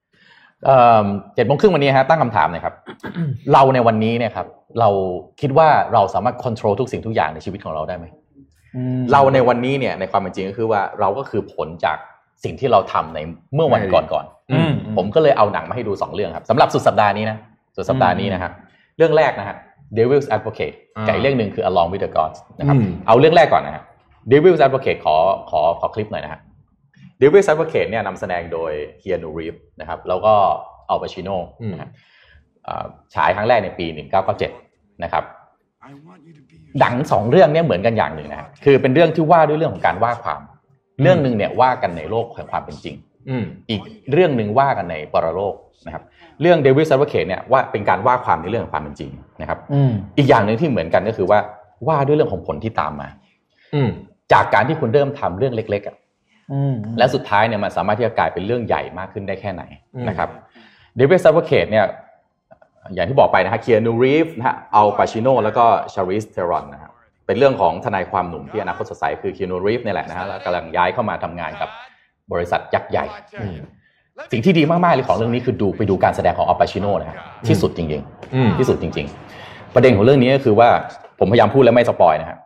D: 7:30 นวันนี้ฮะตั้งคำถามหน่อยครับ เราในวันนี้เนี่ยครับเราคิดว่าเราสามารถควบคุมทุกสิ่งทุกอย่างในชีวิตของเราได้ไหมเราในวันนี้เนี่ยในความเป็นจริงก็คือว่าเราก็คือผลจากสิ่งที่เราทำในเมื่อวันก่อนผมก็เลยเอาหนังมาให้ดู2เรื่องครับสำหรับสุดสัปดาห์นี้นะสุดสัปดาห์นี้นะครับเรื่องแรกนะฮะ Devil's Advocate กับอีกเรื่องนึงคือ Along with the Gods นะครับเอาเรื่องแรกก่อนนะฮะ Devil's Advocate ขอคลิปหน่อยนะฮะ Devil's Advocate เนี่ยนำแสดงโดย Keanu Reeves นะครับแล้วก็อัลปาชิโน่นะครับฉายครั้งแรกในปี1997นะครับหนัง2เรื่องเนี่ยเหมือนกันอย่างหนึ่งนะคือเป็นเรื่องที่ว่าด้วยเรื่องของการว่าความเรื่องนึงเนี่ยว่ากันในโลกแห่งความเป็นจริงอีกเรื่องนึงว่ากันในปรโลกนะครับเรื่อง Devil's Advocate เนี่ยว่าเป็นการว่าความในเรื่องของความเป็นจริงนะครับอีกอย่างนึงที่เหมือนกันก็คือว่าด้วยเรื่องของผลที่ตามมาจากการที่คุณเริ่มทำเรื่องเล็กๆและสุดท้ายเนี่ยมันสามารถที่จะกลายเป็นเรื่องใหญ่มากขึ้นได้แค่ไหนนะครับ Devil's Advocate เนี่ยอย่างที่บอกไปนะฮะ Keanu Reeves นะฮะอัลปาชิโน่แล้วก็ Charlize Theron นะครับเป็นเรื่องของทนายความหนุ่มที่อนาคตสดใสคือ Keanu Reeves นี่แหละนะฮะแล้วกำลังย้ายเข้ามาทำงานกับบริษัทยักษ์ใหญ่สิ่งที่ดีมากๆเลยของเรื่องนี้คือไปดูการแสดงของอัลปาชิโน่นะฮะที่สุดจริงๆที่สุดจริงๆประเด็นของเรื่องนี้ก็คือว่าผมพยายามพูดแล้วไม่สปอยนะฮะ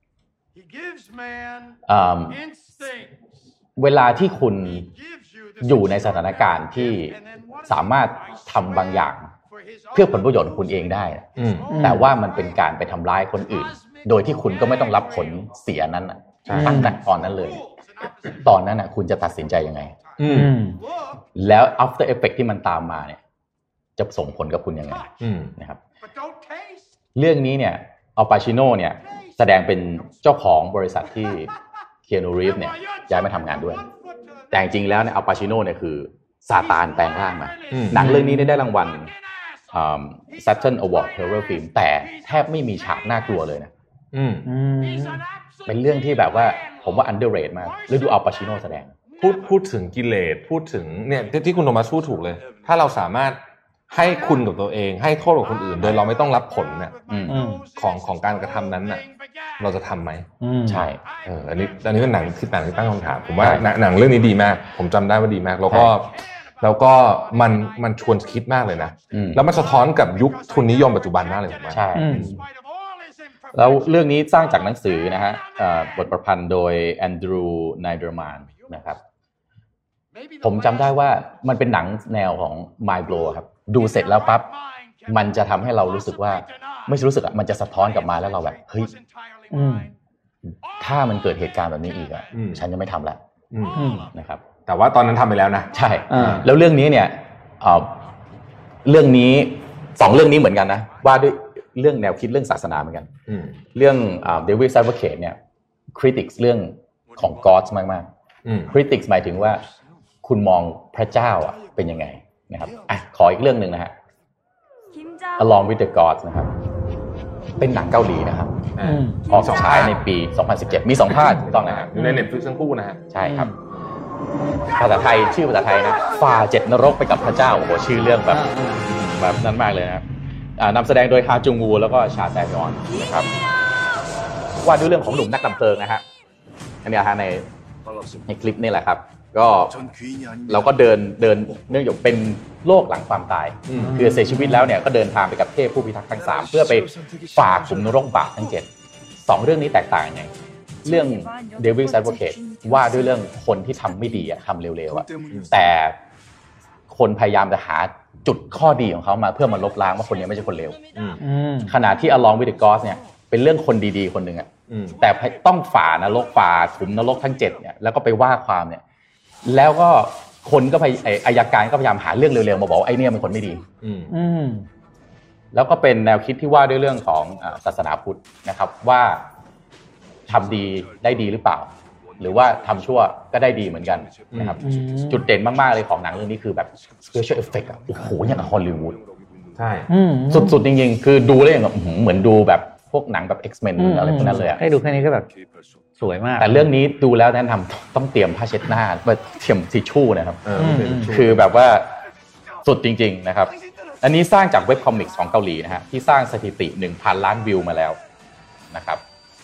D: เวลาที่คุณอยู่ในสถานการณ์ที่สามารถทำบางอย่างเพื่อผลประโยชน์ของคุณเองได้แต่ว่ามันเป็นการไปทำร้ายคนอื่นโดยที่คุณก็ไม่ต้องรับผลเสียนั้นตั้งแต่ตอนนั้นเลยตอนนั้นคุณจะตัดสินใจยังไงแล้ว after effect ที่มันตามมาเนี่ยจะส่งผลกับคุณยังไงนะครับเรื่องนี้เนี่ยอัลปาชิโน่เนี่ยแสดงเป็นเจ้าของบริษัทที่เคียนูรีฟเนี่ยย้ายมาทำงานด้วยแต่จริงๆแล้วเนี่ยอัลปาชิโน่เนี่ยคือซาตานแปลงร่างมาหนังเรื่องนี้ได้รางวัลSaturn Award Horror Film แต่แทบไม่มีฉากน่ากลัวเลยนะเป็นเรื่องที่แบบว่าผมว่า underrated มากแล้วดูอัลปาชิโน่แสดง
B: พูดถึงกิเลสพูดถึงเนี่ยที่คุณโทมัสพูดถูกเลยถ้าเราสามารถให้คุณกับตัวเองให้โทษกับคนอื่นโดยเราไม่ต้องรับผลเนี่ยของการกระทำนั้นน่ะเราจะทำไหม
D: ใช่
B: อันนี้เป็นหนังที่ตั้งคำถามผมว่าหนังเรื่องนี้ดีมากผมจำได้ว่าดีมากแล้วก็มันชวนคิดมากเลยนะแล้วมันสะท้อนกับยุคทุนนิยมปัจจุบันมากเลยผมว่า
D: ใช่แล้วเรื่องนี้สร้างจากหนังสือนะฮะบทประพันธ์โดยแอนดรูว์ไนเดอร์แมนนะครับผมจำได้ว่ามันเป็นหนังแนวของ Mind Blow ครับดูเสร็จแล้วปั๊บมันจะทำให้เรารู้สึกว่าไม่ใช่รู้สึกมันจะสะท้อนกลับมาแล้วเราแบบเฮ้ยถ้ามันเกิดเหตุการณ์แบบนี้อีกฉันจะไม่ทำแล้วนะครับ
B: แต่ว่าตอนนั้นทำไปแล้วนะ
D: ใช่แล้วเรื่องนี้เนี่ยเรื่องนี้2เรื่องนี้เหมือนกันนะว่าด้วยเรื่องแนวคิดเรื่องศาสนาเหมือนกันเรื่องDevil's Advocate เนี่ย critics เรื่องของ gods มากๆcritics หมายถึงว่าคุณมองพระเจ้าเป็นยังไงนะครับขออีกเรื่องนึงนะฮะ Along with the Gods นะครับเป็นหนังเกาหลีนะครับออกฉายในปี2017มี2ภาคถูกต้องนะครับ
B: อยู่ใน Netflix ทั้งคู่นะฮะ
D: ใช่ครับภาษาไทยชื่อภาษาไทยนะฝ่า7นรกไปกับพระเจ้าโอ้โหชื่อเรื่องแบบนั้นมากเลยนะครับนำแสดงโดยฮาจุงวูแล้วก็ชาแตยอนนะครับว่าด้วยเรื่องของหนุ่มนักดับเพลิงนะฮะอันนี้ฮะในคลิปนี่แหละครับก็เราก็เดินเนื่องจากเป็นโลกหลังความตายคือเสียชีวิตแล้วเนี่ยก็เดินทางไปกับเทพผู้พิทักษ์ทั้ง3เพื่อไปฝ่าขุมนรกบาปทั้ง7 2เรื่องนี้แตกต่างยังไงเรื่อง Devil's Advocate ว่าด้วยเรื่องคนที่ทำไม่ดีทำเร็วๆแต่คนพยายามจะหาจุดข้อดีของเขามาเพื่อมาลบล้างว่าคนนี้ไม่ใช่คนเลวขณะที่ Along with the Gods เนี่ยเป็นเรื่องคนดีๆคนนึงแต่ต้องฝ่านรกฝ่าขุมนรกทั้ง7เนี่ยแล้วก็ไปว่าความเนี่ยแล้วก็คนก็อัยการก็พยายามหาเรื่องเร็วๆมาบอกว่าไอ้เนี่ยเป็นคนไม่ดีแล้วก็เป็นแนวคิดที่ว่าด้วยเรื่องของศาสนาพุทธนะครับว่าทำดีได้ดีหรือเปล่าหรือว่าทำชั่วก็ได้ดีเหมือนกันนะครับจุดเด่นมากๆเลยของหนังเรื่องนี้คือแบบ special effect โอ้โหอย่างฮอลลีวูด
B: ใช่
D: สุดๆจริงๆคือดูแล้วอย่างเหมือนดูแบบพวกหนังแบบ X-Men อะไรพวกนั้นเลย
C: ให้ดูแค่นี้ก็แบบสวยมาก
D: แต่เรื่องนี้ดูแล้วแนะนำต้องเตรียมผ้าเช็ดหน้าเตรียมทิชชู่นะครับคือแบบว่าสุดจริงๆนะครับอันนี้สร้างจากเว็บคอมิกส์ของเกาหลีนะฮะที่สร้างสถิติ 1,000 ล้านวิวมาแล้วนะครับ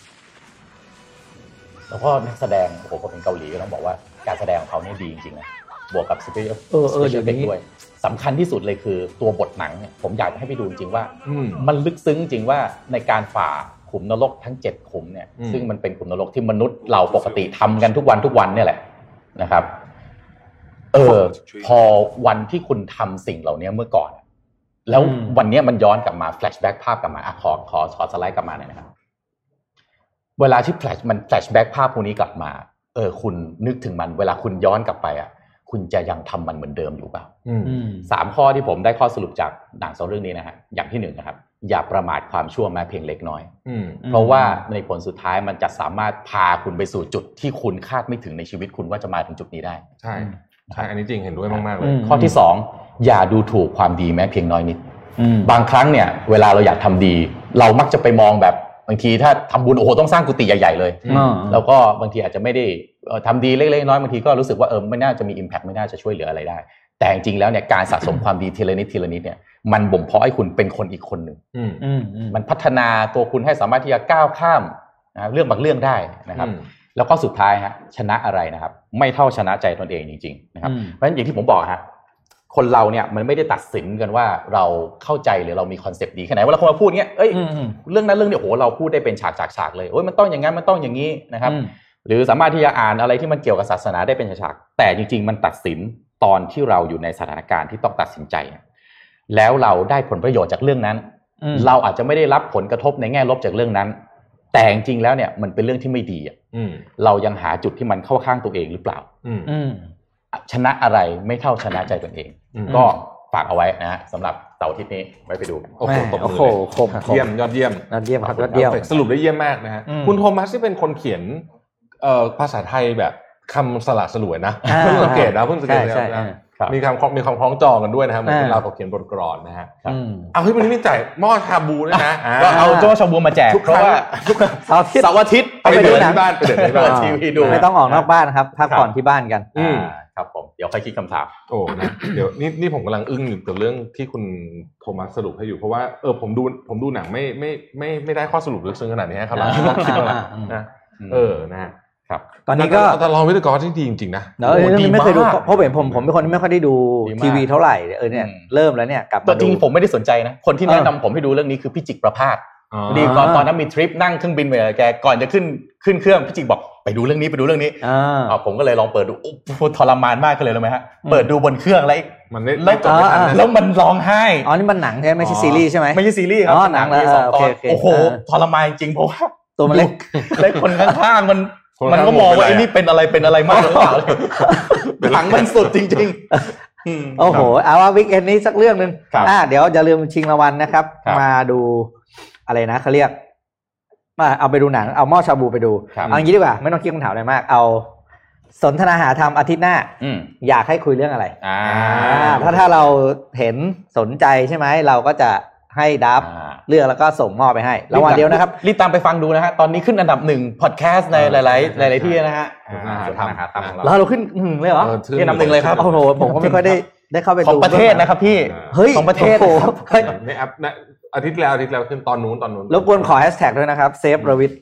D: แล้วก็นักแสดงโอ้โหพอเป็นเกาหลีก็ต้องบอกว่าการแสดงของเขาเนี่ยดีจริงๆนะบวกกับสเปเชียลเอฟด้วยสำคัญที่สุดเลยคือตัวบทหนังเนี่ยผมอยากให้ไปดูจริงว่ามันลึกซึ้งจริงว่าในการฝ่าขุมนรกทั้ง7ขุมเนี่ยซึ่งมันเป็นขุมนรกที่มนุษย์เราปกติทำกันทุกวันเนี่ยแหละนะครับพอวันที่คุณทำสิ่งเหล่านี้เมื่อก่อนแล้ววันนี้มันย้อนกลับมาแฟลชแบ็กภาพกลับมาขอสไลด์กลับมาหน่อยนะครับเวลาที่แฟลชแบ็กภาพพวกนี้กลับมาคุณนึกถึงมันเวลาคุณย้อนกลับไปคุณจะยังทำมันเหมือนเดิมอยู่เปล่า3ข้อที่ผมได้ข้อสรุปจากหนัง2เรื่องนี้นะฮะอย่างที่1นะครับอย่าประมาทความชั่วแม้เพียงเล็กน้อยเพราะว่าในผลสุดท้ายมันจะสามารถพาคุณไปสู่จุดที่คุณคาดไม่ถึงในชีวิตคุณว่าจะมาถึงจุดนี้ได้
B: ใช่อันนี้จริงเห็นด้วยมากๆเลย
D: ข้อที่2อย่าดูถูกความดีแม้เพียงน้อยนิดบางครั้งเนี่ยเวลาเราอยากทำดีเรามักจะไปมองแบบบางทีถ้าทำบุญโอ้โหต้องสร้างกุฏิใหญ่ๆเลยแล้วก็บางทีอาจจะไม่ได้ทำดีเล็กๆน้อยๆบางทีก็รู้สึกว่าไม่น่าจะมี impact ไม่น่าจะช่วยเหลืออะไรได้แต่จริงๆแล้วเนี่ยการสะสมความดีทีละนิดเนี่ยมันบ่มเพาะให้คุณเป็นคนอีกคนหนึ่งมันพัฒนาตัวคุณให้สามารถที่จะก้าวข้ามเรื่องบางเรื่องได้นะครับแล้วก็สุดท้ายฮะชนะอะไรนะครับไม่เท่าชนะใจตนเองจริงๆนะครับเพราะฉะนั้นอย่างที่ผมบอกฮะคนเราเนี่ยมันไม่ได้ตัดสินกันว่าเราเข้าใจหรือเรามีคอนเซปต์ดีแค่ไหนเวลาคนมาพูดเงี้ยเรื่องนั้นเรื่องนี้โหเราพูดได้เป็นฉากเลยมันต้องอย่างนั้นมันต้องอย่างนี้นะครับหรือสามารถที่จะอ่านอะไรที่มันเกี่ยวกับศาสนาได้เป็นฉากแต่จริงๆมันตัดสินตอนที่เราอยู่ในสถานการณ์ที่ต้องตัดสินใจแล้วเราได้ผลประโยชน์จากเรื่องนั้นเราอาจจะไม่ได้รับผลกระทบในแง่ลบจากเรื่องนั้นแต่จริงๆแล้วเนี่ยมันเป็นเรื่องที่ไม่ดีเรายังหาจุดที่มันเข้าข้างตัวเองหรือเปล่าชนะอะไรไม่เท่าชนะใจตนเองก็ฝากเอาไว้นะสำหรับเสาร์อาทิตย์นี้ไว้ไปดูกัน
C: โอ้โห
B: เยี่ยมยอดเยี่ยม
C: ครับยอดเยี่ยม
B: สรุปได้เยี่ยมมากนะฮะคุณโทมัสที่เป็นคนเขียนภาษาไทยแบบคำสละสลวยนะเพิ่งสังเกตนะมีความคล้องจองกันด้วยนะครับเหมือนเราเขียนบทกลอนนะฮะเอาวันนี้มีจ่ายหม้อชาบูด้วยนะ
D: ก็เอาโจ้ชาบูมาแจกเพราะว่าเสาร์อาทิตย์
B: ไปเดินที่บ้านทีวีดู
C: ไม่ต้องออกนอกบ้านครับพักผ่อนที่บ้านกัน
D: ครับผมเดี๋ยวค่อยคิดคำถาม
B: นะเดี๋ยวนี่ผมกำลังอึ้งอยู่กับเรื่องที่คุณโทมัสสรุปให้อยู่เพราะว่าผมดูหนังไม่ได้ข้อสรุปลึกซึ้งขนาดนี้ครับเราคิดว่านะนะครับ
C: ตอนนี้ก็
B: แต่ลองวิทยากรที่ดีจริงๆนะ
C: ไม่เคยดูเพราะผมเป็นคนไม่ค่อยได้ดูทีวีเท่าไหร่เนี่ยเริ่มแล้วเนี่ยกลับมา
D: จริงผมไม่ได้สนใจนะคนที่แนะนำผมให้ดูเรื่องนี้คือพี่จิกประภาสดีตอนนั้นมีทริปนั่งเครื่องบินไปแกก่อนจะขึ้นเครื่องพี่จิกบอกไปดูเรื่องนี้ผมก็เลยลองเปิดดูทรมานมากเลยรู้ไหมฮะเปิดดูบนเครื่องแล้วมันร้องไห้
C: นี่มันหนังใช่ไม่ใช่ซีรีส์ใช่ไหม
D: ไม่ใช่ซีรีส์ครับ
C: หนังแล้ว
D: โอ้โหทรมานจริงเพราะว่า
C: ตัวมันเล็ก
D: และคนข้างๆมันก็มองว่าไอ้นี่เป็นอะไรมากหรือเปล่าหลังมันสุดจริง
C: ๆโอ้โหเอาว่าวิกเอนด์นี้สักเรื่องนึงเดี๋ยวอย่าลืมชิงรางวัลนะครับมาดูอะไรนะเขาเรียกเอาไปดูหนังเอาหม้อชาบูไปดูเอาอย่างนี้ดีกว่าไม่ต้องคิดคำถามอะไรมากเอาสนทนาหาธรรมอาทิตย์หน้าอยากให้คุยเรื่องอะไรถ้าเราเห็นสนใจใช่ไหมเราก็จะให้ดับเลือกแล้วก็ส่งมอบไปให้รางวัลเดียวนะครับ
D: รีบตามไปฟังดูนะฮะตอนนี้ขึ้นอันดับ1พอดแคสต์ในหลายๆที่นะฮะ
C: แล้วเราขึ้นเลยเหรอ
D: อันดับ1เลยครับ
C: โอ้โหผมก็ไม่ค่อยได้เข้าไปดู
D: ของประเทศนะครับพี่
C: ของประเทศ
B: ในแอปอาทิตย์แล้วขึ้นตอนนู้น
C: รบกวนขอแฮชแท็กด้วยนะครับเซฟรวิท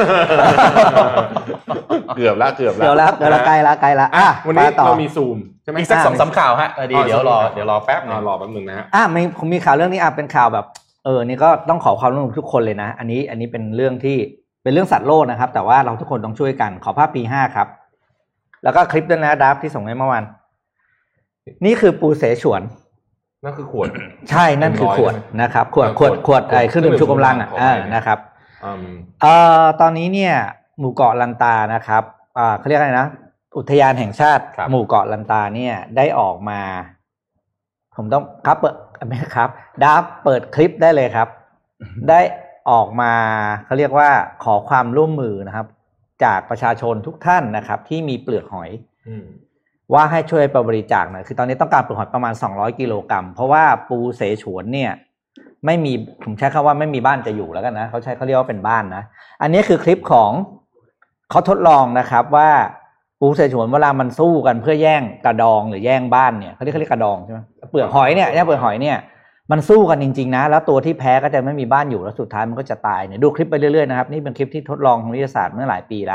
B: เกือบแล้ว
C: ใกล้ละ
B: วันนี้เรามีซูมใช่ไหม
D: อีกสัก 2-3 ข่าวฮะดีเดี๋ยวรอแป๊บนึง
B: รอแป๊บนึงนะฮะ
C: ผมมีข่าวเรื่องนี้เป็นข่าวแบบนี่ก็ต้องขอความร่วมมือทุกคนเลยนะอันนี้เป็นเรื่องที่เป็นเรื่องสัตว์โลกนะครับแต่ว่าเราทุกคนต้องช่วยกันขอภาพปี5ครับแล้วก็คลิปด้วยนะดับที่ส่งให้เมื่อวานนี่คือปูเสฉวน
B: นั่นคือขวด
C: ใช่นั่นคือขวดนะครับขวดเครื่องดื่มชูกำลังนะครับตอนนี้เนี่ยหมู่เกาะลันตานะครับเขาเรียกอะไรนะอุทยานแห่งชาติหมู่เกาะลันตาเนี่ยได้ออกมาผมต้องครับเปิดไหมครับดับเปิดคลิปได้เลยครับได้ออกมาเขาเรียกว่าขอความร่วมมือนะครับจากประชาชนทุกท่านนะครับที่มีเปลือกหอยว่าให้ช่วยไปบริจาคหน่อยคือตอนนี้ต้องการเปลือกหอยประมาณ200กิโลกรัมเพราะว่าปูเสฉวนเนี่ยไม่มีผมใช้คำว่าไม่มีบ้านจะอยู่แล้วกันนะเขาเรียกว่าเป็นบ้านนะอันนี้คือคลิปของเขาทดลองนะครับว่าปูเสฉวนเวลามันสู้กันเพื่อแย่งกระดองหรือแย่งบ้านเนี่ยเขาเรียกกระดองใช่ไหมเปลือกหอยเนี่ยเปลือกหอยเนี่ยมันสู้กันจริงๆนะแล้วตัวที่แพ้ก็จะไม่มีบ้านอยู่แล้วสุดท้ายมันก็จะตายเนี่ยดูคลิปไปเรื่อยๆนะครับนี่เป็นคลิปที่ทดลองของวิทยาศาสตร์เมื่อหลายปีแล้ว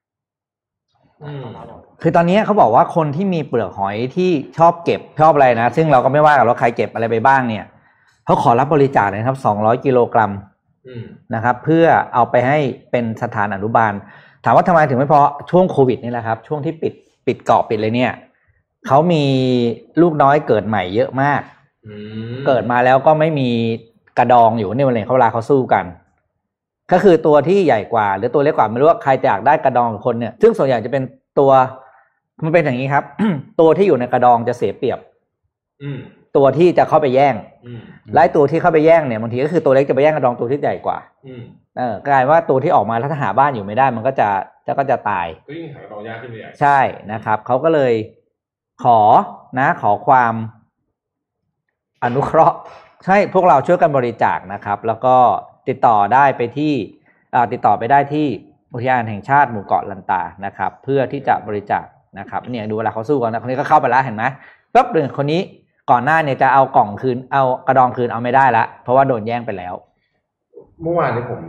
C: คือตอนนี้เขาบอกว่าคนที่มีเปลือกหอยที่ชอบเก็บชอบอะไรนะซึ่งเราก็ไม่ว่ากันว่าใครเก็บอะไรไปบ้างเนี่ยเขาขอรับบริจาคนะครับ200กิโลกรัมนะครับเพื่อเอาไปให้เป็นสถานอนุบาลถามว่าทำไมถึงไม่พอช่วงโควิดนี่แหละครับช่วงที่ปิดเกาะปิดเลยเนี่ยเขามีลูกน้อยเกิดใหม่เยอะมากเกิดมาแล้วก็ไม่มีกระดองอยู่ในเวลาเขาสู้กันก็คือตัวที่ใหญ่กว่าหรือตัวเล็กกว่าไม่รู้ว่าใครอยากได้กระดองของคนเนี่ยซึ่งส่วนใหญ่จะเป็นตัวมันเป็นอย่างนี้ครับ ตัวที่อยู่ในกระดองจะเสียเปรียบตัวที่จะเข้าไปแย่งไล่ตัวที่เข้าไปแย่งเนี่ยบางทีก็คือตัวเล็กจะไปแย่งกระดองตัวที่ใหญ่กว่ากลายว่าตัวที่ออกมาถ้าหาบ้านอยู่ไม่ได้มันก็จะตาย
B: ก็ยิ่งหากระดองยากขึ้นไปใหญ่
C: ใช่นะครับเขาก็เลยขอความอนุเคราะห์ให้พวกเราช่วยกันบริจาคนะครับแล้วก็ติดต่อไปได้ที่อุทยานแห่งชาติหมู่เกาะลันตานะครับเพื่อที่จะบริจาคนะครับเนี่ยดูเวลาเขาสู้กันนะคนนี้ก็เข้าไปแล้วเห็นไหมปั๊บเดินคนนี้ก่อนหน้าเนี่ยจะเอากล่องคืนเอากระดองคืนเอาไม่ได้ละเพราะว่าโดนแย่งไปแล้ว
B: เมื่อวานนี้ผม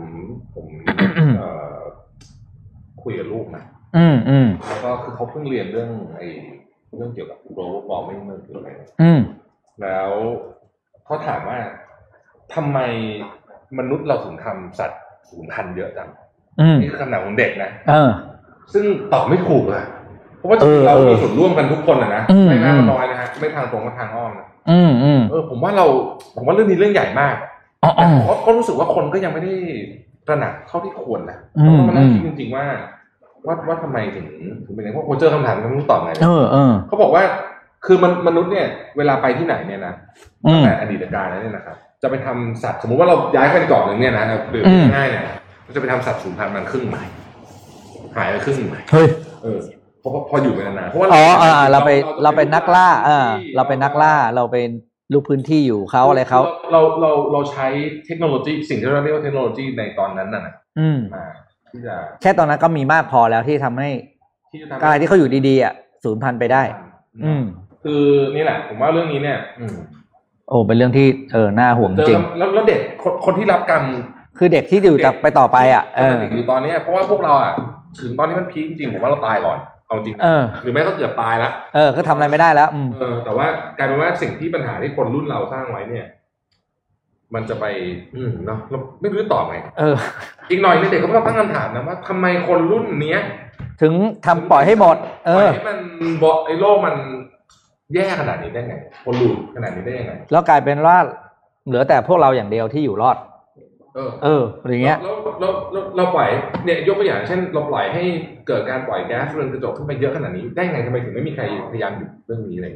B: คุยกับลูกนะแล้วก็คือเขาเพิ่งเรียนเรื่องเกี่ยวกับ global warming มันคืออะไรแล้วเขาถามว่าทำไมมนุษย์เราถึงทำสัตว์สูญพันธุ์เยอะจังนี่คือคำถามของเด็กนะซึ่งตอบไม่ถูกเลยเพราะว่าเรามีส่วนร่วมกันทุกคนนะไม่มากก็น้อยนะฮะไม่ทางตรงก็ทางอ้อมนะผมว่าเรื่องนี้เรื่องใหญ่มากแต่ก็รู้สึกว่าคนก็ยังไม่ได้ตระหนักเท่าที่ควรนะต้องมานั่งคิดจริงๆว่าทำไมถึงเป็นอย่างนี้เพราะผมเจอคำถามไม่รู้ตอบไงเขาบอกว่าคือมนุษย์เนี่ยเวลาไปที่ไหนเนี่ยนะตั้งแต่อดีตกาลเนี่ยนะครับจะไปทำสัตว์สมมุติว่าเราย้ายไปเกาะหนึ่งเนี่ยนะหรือง่ายเนี่ยเราจะไปทำสัตว์สูญพันธุ์มันครึ่งใหม่หายไปครึ่งใหม่เฮ้ยพออยู่ไปนานๆเพราะว่า
C: เราเป็นนักล่าเราเป็นนักล่าเราเป็นลูกพื้นที่อยู่เขาอะไรเขา
B: เราใช้เทคโนโลยีสิ่งที่เราเรียกว่าเทคโนโลยีในตอนนั้นน่ะที่จะ
C: แค่ตอนนั้นก็มีมากพอแล้วที่ทำให้อะไรที่เขาอยู่ดีๆสูญพันธุ์ไปได้
B: คือนี่แหละผมว่าเรื่องนี้เนี่ย
C: เป็นเรื่องที่น่าห่วงจริง
B: แล้วเด็กคนที่รับกรรม
C: คือเด็กที่อยู่ไปต่อไป
B: อยู่ตอนนี้เพราะว่าพวกเราถึงตอนนี้มันพีคจริงผมว่าเราตายก่อนเอาจริงหรือไม่ก็เกือบตายแล้ว
C: ก็ทำอะไรไม่ได้แล้ว
B: แต่ว่ากลายเป็นว่าสิ่งที่ปัญหาที่คนรุ่นเราสร้างไว้เนี่ยมันจะไปเนาะเราไม่รู้จะตอบไงอีกหน่อยเด็กเขาก็ตั้งคำถามนะว่าทำไมคนรุ่นนี้
C: ถึงทำปล่อยให้หมด
B: ปล่อยให้มันไอ้โลกมันแย่ขนาดนี้ได้ไงคนรุ่นขนาดนี้ได้ยังไง
C: แล้วกลายเป็นว่าเหลือแต่พวกเราอย่างเดียวที่อยู่รอดอย่างเงี้ย
B: เราปล่อยเนี่ยยกตัวอย่างเช่นเราปล่อยให้เกิดการปล่อยแก๊สเรือนกระจกขึ้นไปเยอะขนาดนี้ได้ไงทำไมถึงไม่มีใครพยายามหยุดเรื่องนี้อะไร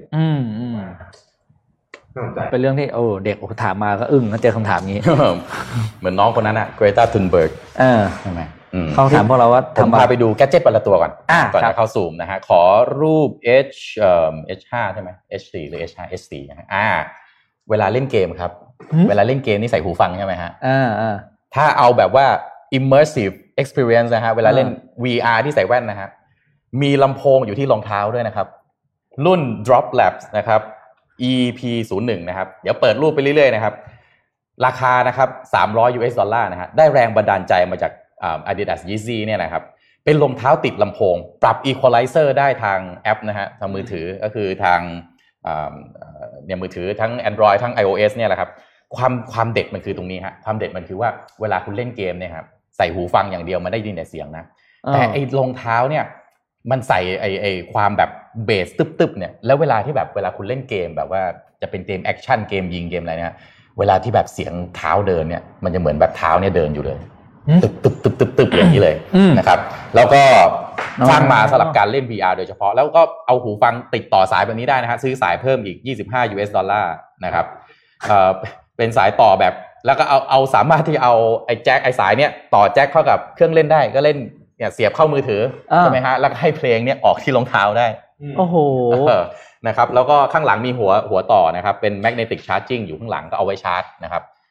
B: น่าสนใจ
C: เป็นเรื่องที่เด็กถามมาก็อึ้งเจอคำถามนี้
D: เหมือนน้องคนนั้นเกรตา ทุนเบิร์กใช่ไหม
C: เขาถามพวกเราว่า
D: พาไปดูแกดเจ็ตวันละตัวก่อนจะเข้าซูมนะฮะขอรูป H5 ใช่ไหม H4 หรือ H5 H4 นะฮะเวลาเล่นเกมครับเวลาเล่นเกมนี่ใส่หูฟังใช่ไหมฮะถ้าเอาแบบว่า immersive experience นะฮะเวลาเล่น VR ที่ใส่แว่นนะฮะมีลำโพงอยู่ที่รองเท้าด้วยนะครับรุ่น Drop Labs นะครับ EP01 นะครับเดี๋ยวเปิดรูปไปเรื่อยๆนะครับราคานะครับ$300 นะฮะได้แรงบันดาลใจมาจากAdidas Yeezy เนี่ยนะครับเป็นรองเท้าติดลำโพงปรับ equalizer ได้ทางแอปนะฮะทางมือถือก็คือทางเนี่ยมือถือทั้ง Android ทั้ง iOS เนี่ยแหละครับความเด็ดมันคือตรงนี้ฮะความเด็ดมันคือว่าเวลาคุณเล่นเกมเนี่ยครับใส่หูฟังอย่างเดียวมันได้ยินแต่เสียงนะแต่ไอ้รองเท้าเนี่ยมันใส่ไอ้ความแบบเบสตึ๊บๆเนี่ยแล้วเวลาที่แบบเวลาคุณเล่นเกมแบบว่าจะเป็นเกมแอคชั่นเกมยิงเกมอะไรเนี่ยเวลาที่แบบเสียงเท้าเดินเนี่ยมันจะเหมือนแบบเท้าเนี่ยเดินอยู่เลยตึบๆอย่างนี้เลยนะครับแล้วก็สร้างมาสำหรับการเล่น VR โดยเฉพาะแล้วก็เอาหูฟังติดต่อสายแบบนี้ได้นะฮะซื้อสายเพิ่มอีก$25นะครับเป็นสายต่อแบบแล้วก็เอาสามารถที่เอาไอ้แจ็คไอ้สายเนี่ยต่อแจ็คเข้ากับเครื่องเล่นได้ก็เล่นเนี่ยเสียบเข้ามือถือใช่ไหมฮะแล้วก็ให้เพลงเนี่ยออกที่รองเท้าได้
C: โอ้โห
D: นะครับแล้วก็ข้างหลังมีหัวต่อนะครับเป็น magnetic charging อยู่ข้างหลังก็เอาไว้ชาร์จนะครับ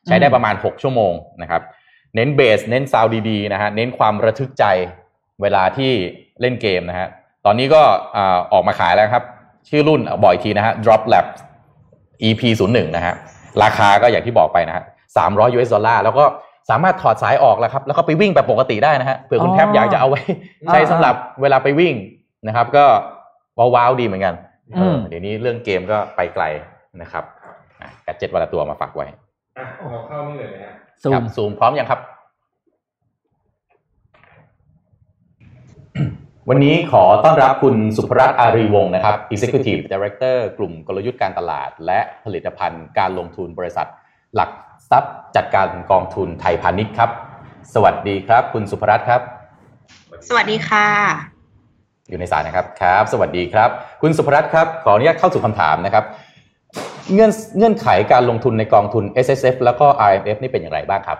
D: ใช้ได้ประมาณ6ชั่วโมงนะครับเน้นเบสเน้นซาวด์ดีๆนะฮะเน้นความระทึกใจเวลาที่เล่นเกมนะฮะตอนนี้ก็ออกมาขายแล้วครับชื่อรุ่นบ่อยทีนะฮะ Drop Lab EP01 นะฮะราคาก็อย่างที่บอกไปนะฮะ$300 แล้วก็สามารถถอดสายออกแล้วครับแล้วก็ไปวิ่งแบบปกติได้นะฮะเผื่อคุณแทบอยากจะเอาไว้ใช้สำหรับเวลาไปวิ่งนะครับก็ว้าวดีเหมือนกันเดี๋ยวนี้เรื่องเกมก็ไปไกลนะครับแกดเจ็ตวันละตัวมาฝากไว้
B: เอาเข้านี่เลยนะฮะ
D: ซูมพร้อมยังครับวันนี้ขอต้อนรับคุณสุภรัตน์อารีวงศ์นะครับ Executive Director กลุ่มกลยุทธ์การตลาดและผลิตภัณฑ์การลงทุนบริษัทหลักทรัพย์จัดการกองทุนไทยพาณิชย์ครับสวัสดีครับคุณสุภรัตน์ครับ
E: สวัสดีค่ะ
D: อยู่ในสายนะครับครับสวัสดีครับคุณสุภรัตน์ครับขออนุญาตเข้าสู่คำถามนะครับเงื่อนไขการลงทุนในกองทุน SSF แล้วก็ RMF นี่เป็นอย่างไรบ้างครับ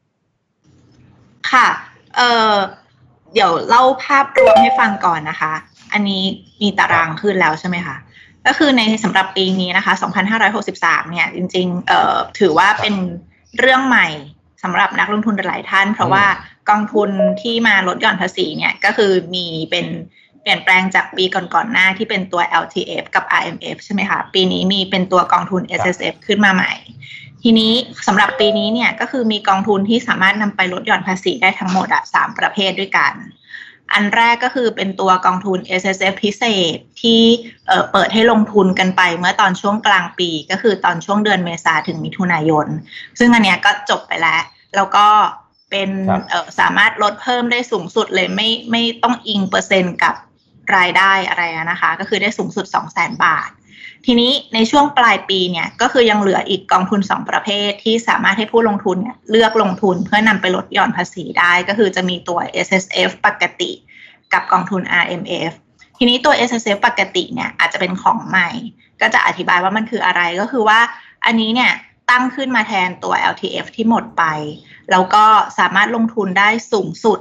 E: ค่ะเดี๋ยวเล่าภาพรวมให้ฟังก่อนนะคะอันนี้มีตารางขึ้นแล้วใช่ไหมคะก็คือในสำหรับปีนี้นะคะ2563เนี่ยจริงๆถือว่าเป็นเรื่องใหม่สำหรับนักลงทุนหลายท่านเพราะว่ากองทุนที่มาลดหย่อนภาษีเนี่ยก็คือมีเป็นเปลี่ยนแปลงจากปีก่อนๆหน้าที่เป็นตัว LTF กับ RMF ใช่ไหมคะปีนี้มีเป็นตัวกองทุน SSF ขึ้นมาใหม่ทีนี้สำหรับปีนี้เนี่ยก็คือมีกองทุนที่สามารถนำไปลดหย่อนภาษีได้ทั้งหมด3ประเภทด้วยกันอันแรกก็คือเป็นตัวกองทุน SSF พิเศษที่เปิดให้ลงทุนกันไปเมื่อตอนช่วงกลางปีก็คือตอนช่วงเดือนเมษาถึงมิถุนายนซึ่งอันเนี้ยก็จบไปแล้วก็เป็นสามารถลดเพิ่มได้สูงสุดเลยไม่ต้องอิงเปอร์เซ็นต์กับรายได้อะไรนะคะก็คือได้สูงสุด 200,000 บาททีนี้ในช่วงปลายปีเนี่ยก็คือยังเหลืออีกกองทุน2ประเภทที่สามารถให้ผู้ลงทุนเนี่ยเลือกลงทุนเพื่อนำไปลดหย่อนภาษีได้ก็คือจะมีตัว SSF ปกติกับกองทุน RMF ทีนี้ตัว SSF ปกติเนี่ยอาจจะเป็นของใหม่ก็จะอธิบายว่ามันคืออะไรก็คือว่าอันนี้เนี่ยตั้งขึ้นมาแทนตัว LTF ที่หมดไปแล้วก็สามารถลงทุนได้สูงสุด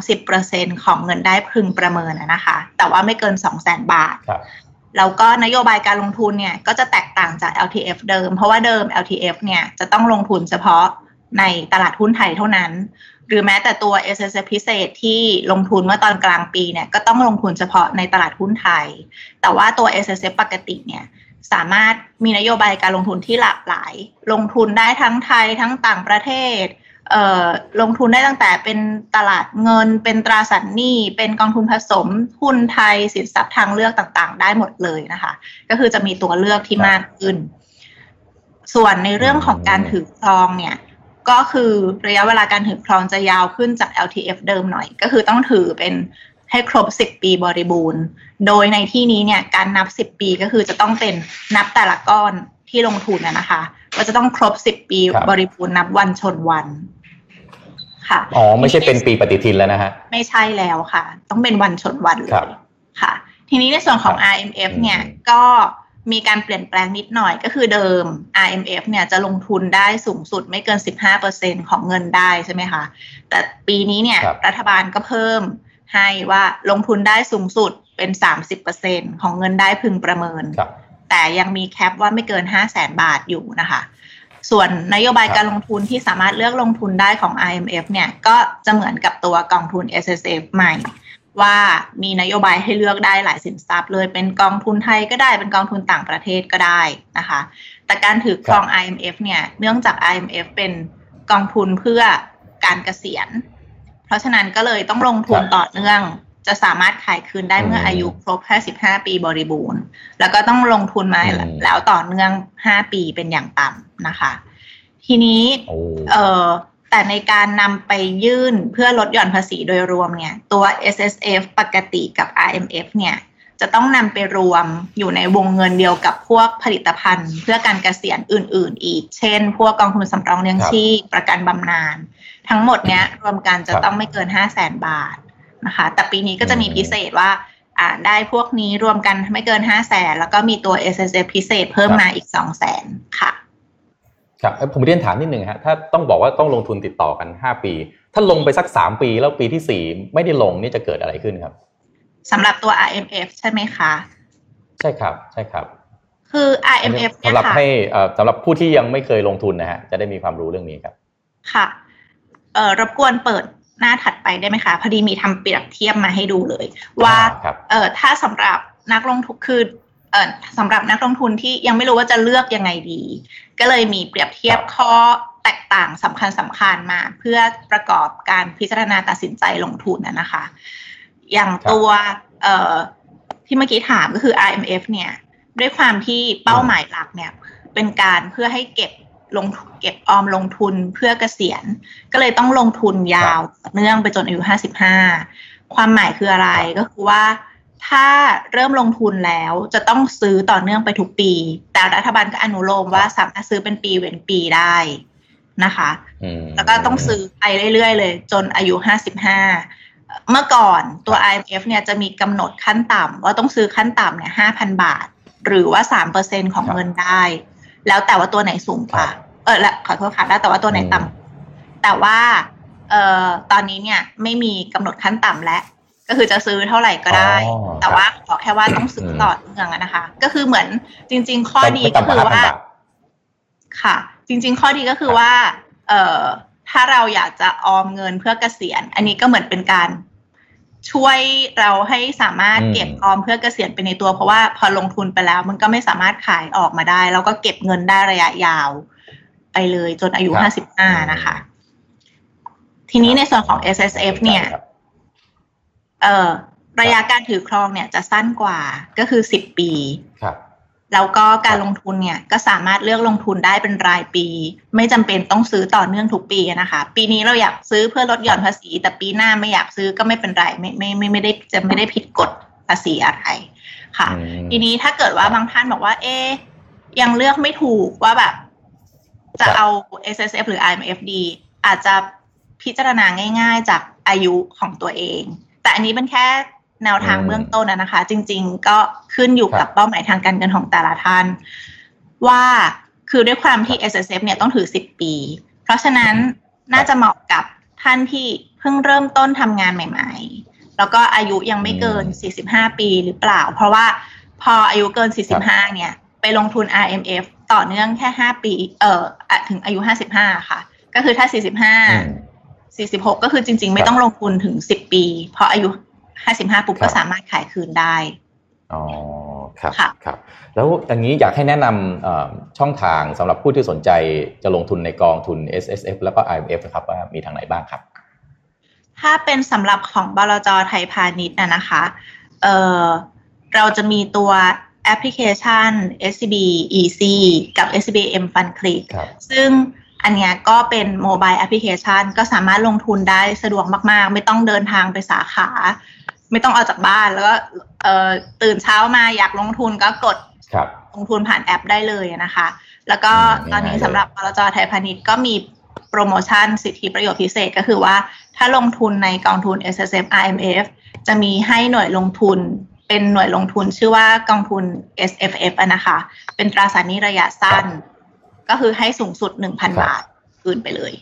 E: 30% ของเงินได้พึงประเมินนะคะแต่ว่าไม่เกิน 200,000 บาทแล้วก็นโยบายการลงทุนเนี่ยก็จะแตกต่างจาก LTF เดิมเพราะว่าเดิม LTF เนี่ยจะต้องลงทุนเฉพาะในตลาดหุ้นไทยเท่านั้นหรือแม้แต่ตัว SSF พิเศษที่ลงทุนเมื่อตอนกลางปีเนี่ยก็ต้องลงทุนเฉพาะในตลาดหุ้นไทยแต่ว่าตัว SSF ปกติเนี่ยสามารถมีนโยบายการลงทุนที่หลากหลายลงทุนได้ทั้งไทยทั้งต่างประเทศลงทุนได้ตั้งแต่เป็นตลาดเงินเป็นตราสารหนี้เป็นกองทุนผสมหุ้นไทยสินทรัพย์ทางเลือกต่างๆได้หมดเลยนะคะก็คือจะมีตัวเลือกที่มากขึ้นส่วนในเรื่องของการถือครองเนี่ยก็คือระยะเวลาการถือครองจะยาวขึ้นจาก LTF เดิมหน่อยก็คือต้องถือเป็นให้ครบ10 ปีบริบูรณ์โดยในที่นี้เนี่ยการนับ10 ปีก็คือจะต้องเป็นนับแต่ละก้อนที่ลงทุนนะคะก็จะต้องครบ10 ปีบริบูรณ์นับวันชนวันค่ะ
D: อ๋อไม่ใช่เป็นปีปฏิทินแล้วนะฮะ
E: ไม่ใช่แล้วค่ะต้องเป็นวันชนวันเลยค่ะทีนี้ในส่วนของ RMF เนี่ยก็มีการเปลี่ยนแปลงนิดหน่อยก็คือเดิม RMF เนี่ยจะลงทุนได้สูงสุดไม่เกิน 15% ของเงินได้ใช่ไหมคะแต่ปีนี้เนี่ยรัฐบาลก็เพิ่มให้ว่าลงทุนได้สูงสุดเป็น 30% ของเงินได้พึงประเมินแต่ยังมีแคปว่าไม่เกิน 500,000 บาทอยู่นะคะส่วนนโยบายการลงทุนที่สามารถเลือกลงทุนได้ของ IMF เนี่ยก็จะเหมือนกับตัวกองทุน SSF ใหม่ว่ามีนโยบายให้เลือกได้หลายสินทรัพย์เลยเป็นกองทุนไทยก็ได้เป็นกองทุนต่างประเทศก็ได้นะคะแต่การถือครอง IMF เนี่ยเนื่องจาก IMF เป็นกองทุนเพื่อการเกษียณเพราะฉะนั้นก็เลยต้องลงทุนต่อเนื่องจะสามารถขายคืนได้เมื่ออายุครบ55 ปีบริบูรณ์แล้วก็ต้องลงทุนมาแล้วต่อเนื่อง5 ปีเป็นอย่างต่ำนะคะทีนี้แต่ในการนำไปยื่นเพื่อลดหย่อนภาษีโดยรวมเนี่ยตัว SSF ปกติกับ RMF เนี่ยจะต้องนำไปรวมอยู่ในวงเงินเดียวกับพวกผลิตภัณฑ์เพื่อการเกษียณอื่นๆอีกเช่นพวกกองทุนสำรองเลี้ยงชีพประกันบำนาญทั้งหมดเนี้ยรวมกันจะต้องไม่เกิน 500,000 บาทนะคะแต่ปีนี้ก็จะมีพิเศษว่าได้พวกนี้รวมกันไม่เกิน 500,000 แล้วก็มีตัว SSF พิเศษเพิ่มมาอีก 200,000 ค่ะ
D: ครับผมเรียนถามนิดนึงฮะถ้าต้องบอกว่าต้องลงทุนติดต่อกัน5 ปีถ้าลงไปสัก3 ปีแล้วปีที่4ไม่ได้ลงนี่จะเกิดอะไรขึ้นครับ
E: สำหรับตัว RMF ใช่ไหมคะ
D: ใช่ครับใช่ครับ
E: คือ IMF
D: สำหรับให้สำหรับผู้ที่ยังไม่เคยลงทุนนะฮะจะได้มีความรู้เรื่องนี้ครับ
E: ค่ะรบกวนเปิดหน้าถัดไปได้ไหมคะพอดีมีทำเปรียบเทียบมาให้ดูเลยว่าถ้าสำหรับนักลงทุนคือสำหรับนักลงทุนที่ยังไม่รู้ว่าจะเลือกยังไงดีก็เลยมีเปรียบเทียบข้อแตกต่างสำคัญมาเพื่อประกอบการพิจารณาตัดสินใจลงทุนนะคะอย่างตัวที่เมื่อกี้ถามก็คือ IMF เนี่ยด้วยความที่เป้าหมายหลักเนี่ยเป็นการเพื่อให้เก็บออมลงทุนเพื่อเกษียณก็เลยต้องลงทุนยาวเนื่องไปจนอายุ55ความหมายคืออะไรก็คือว่าถ้าเริ่มลงทุนแล้วจะต้องซื้อต่อเนื่องไปทุกปีแต่รัฐบาลก็อนุโลมว่าสามารถซื้อเป็นปีเว้นปีได้นะคะแล้วก็ต้องซื้อไปเรื่อยๆเลยจนอายุ55เมื่อก่อนตัว IMF เนี่ยจะมีกำหนดขั้นต่ำว่าต้องซื้อขั้นต่ำเนี่ย 5,000 บาทหรือว่า 3% ของเงินได้แล้วแต่ว่าตัวไหนสูงกว่าและขอโทษค่ะแล้วแต่ว่าตัวไหนต่ำแต่ว่าตอนนี้เนี่ยไม่มีกำหนดขั้นต่ำแล้วก็คือจะซื้อเท่าไหร่ก็ได้แต่ว่าขอแค่ว่าต้องซื้อต่อเนื่องนะคะก็คือเหมือนจริงๆข้อดีก็คือว่าค่ะจริงๆข้อดีก็คือว่าถ้าเราอยากจะออมเงินเพื่อเกษียณอันนี้ก็เหมือนเป็นการช่วยเราให้สามารถเก็บออมเพื่อเกษียณไปในตัวเพราะว่าพอลงทุนไปแล้วมันก็ไม่สามารถขายออกมาได้แล้วก็เก็บเงินได้ระยะยาวไปเลยจนอายุ55นะคะทีนี้ในส่วนของ SSF เนี่ยระยะการถือครองเนี่ยจะสั้นกว่าก็คือ10 ปีแล้วก็การลงทุนเนี่ยก็สามารถเลือกลงทุนได้เป็นรายปีไม่จำเป็นต้องซื้อต่อเนื่องทุกปีนะคะปีนี้เราอยากซื้อเพื่อลดหย่อนภาษีแต่ปีหน้าไม่อยากซื้อก็ไม่เป็นไรไม่ได้ผิดกฎภาษีอะไรค่ะทีนี้ถ้าเกิดว่าบางท่านบอกว่ายังเลือกไม่ถูกว่าแบบจะเอา SSF หรือ IMF ดีอาจจะพิจารณาง่ายๆจากอายุของตัวเองแต่อันนี้เป็นแค่แนวทางเบื้องต้นนะคะจริงๆก็ขึ้นอยู่กับเป้าหมายทางการเงินของแต่ละท่านว่าคือด้วยความที่ SSF เนี่ยต้องถือ10 ปีเพราะฉะนั้นน่าจะเหมาะกับท่านที่เพิ่งเริ่มต้นทำงานใหม่ๆแล้วก็อายุยังไม่เกิน45 ปีหรือเปล่าเพราะว่าพออายุเกิน45เนี่ยไปลงทุน IMF ต่อเนื่องแค่5 ปีถึงอายุ55ค่ะก็คือถ้า46ก็คือจริงๆไม่ต้องลงทุนถึง10 ปีเพราะอายุ55ปุ๊บก็สามารถขายคืนได้
D: อ๋อครับครับแล้วอย่างนี้อยากให้แนะนำช่องทางสำหรับผู้ที่สนใจจะลงทุนในกองทุน SSF แล้วก็ IMF นะครับว่ามีทางไหนบ้างครับ
E: ถ้าเป็นสำหรับของบลจ.ไทยพาณิชย์นะคะเราจะมีตัวแอปพลิเคชัน SCB Easy กับ SCB M Fund Click ซึ่งอันเนี้ยก็เป็นโมบายแอปพลิเคชันก็สามารถลงทุนได้สะดวกมากๆไม่ต้องเดินทางไปสาขาไม่ต้องออกจากบ้านแล้วก็ตื่นเช้ามาอยากลงทุนก็กดลงทุนผ่านแอปได้เลยนะคะแล้วก็ตอนนี้สำหรับบลจ.ไทยพาณิชย์ก็มีโปรโมชั่นสิทธิประโยชน์พิเศษก็คือว่าถ้าลงทุนในกองทุน SSF IMF จะมีให้หน่วยลงทุนเป็นหน่วยลงทุนชื่อว่ากองทุน SFF นะคะเป็นตราสารหนี้ระยะสั้นก็คือให้สูงสุด 1,000 บาทคืนไปเลย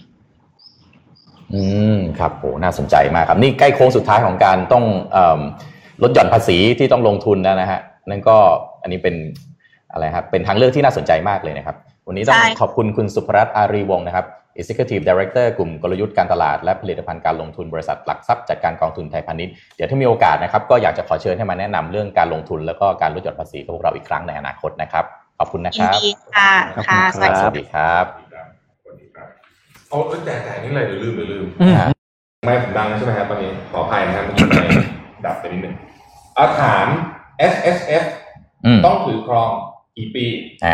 D: ครับโหน่าสนใจมากครับนี่ใกล้โค้งสุดท้ายของการต้องลดหย่อนภาษีที่ต้องลงทุนแล้วนะฮะนั่นก็อันนี้เป็นอะไรครับเป็นทางเลือกที่น่าสนใจมากเลยนะครับวันนี้ต้องขอบคุณคุณสุภรัตน์อารีวงศ์นะครับ Executive Director กลุ่มกลยุทธ์การตลาดและผลิตภัณฑ์การลงทุนบริษัทหลักทรัพย์จัดการกองทุนไทยพาณิชย์เดี๋ยวถ้ามีโอกาสนะครับก็อยากจะขอเชิญให้มาแนะนำเรื่องการลงทุนแล้วก็การลดหย่อนภาษีกับพวกเราอีกครั้งในอนาคตนะครับขอบคุณนะครับ
E: ยินดีค่ะ
D: สวัสดีครับ
B: เอาแจกนี่เลยเดี๋ยวลืมไม่ผมดังใช่ไหมครับตอนนี้ขออภัยนะครับเมื่อกี้ไม่ดับไปนิดนึงถาม SSF ต้องถือครองกี่ปี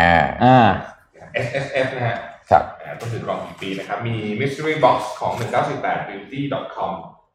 B: SSF นะฮะ
D: ครับ
B: ต้องถือครองกี่ปีนะครับมี mystery box ของ 1918beauty.com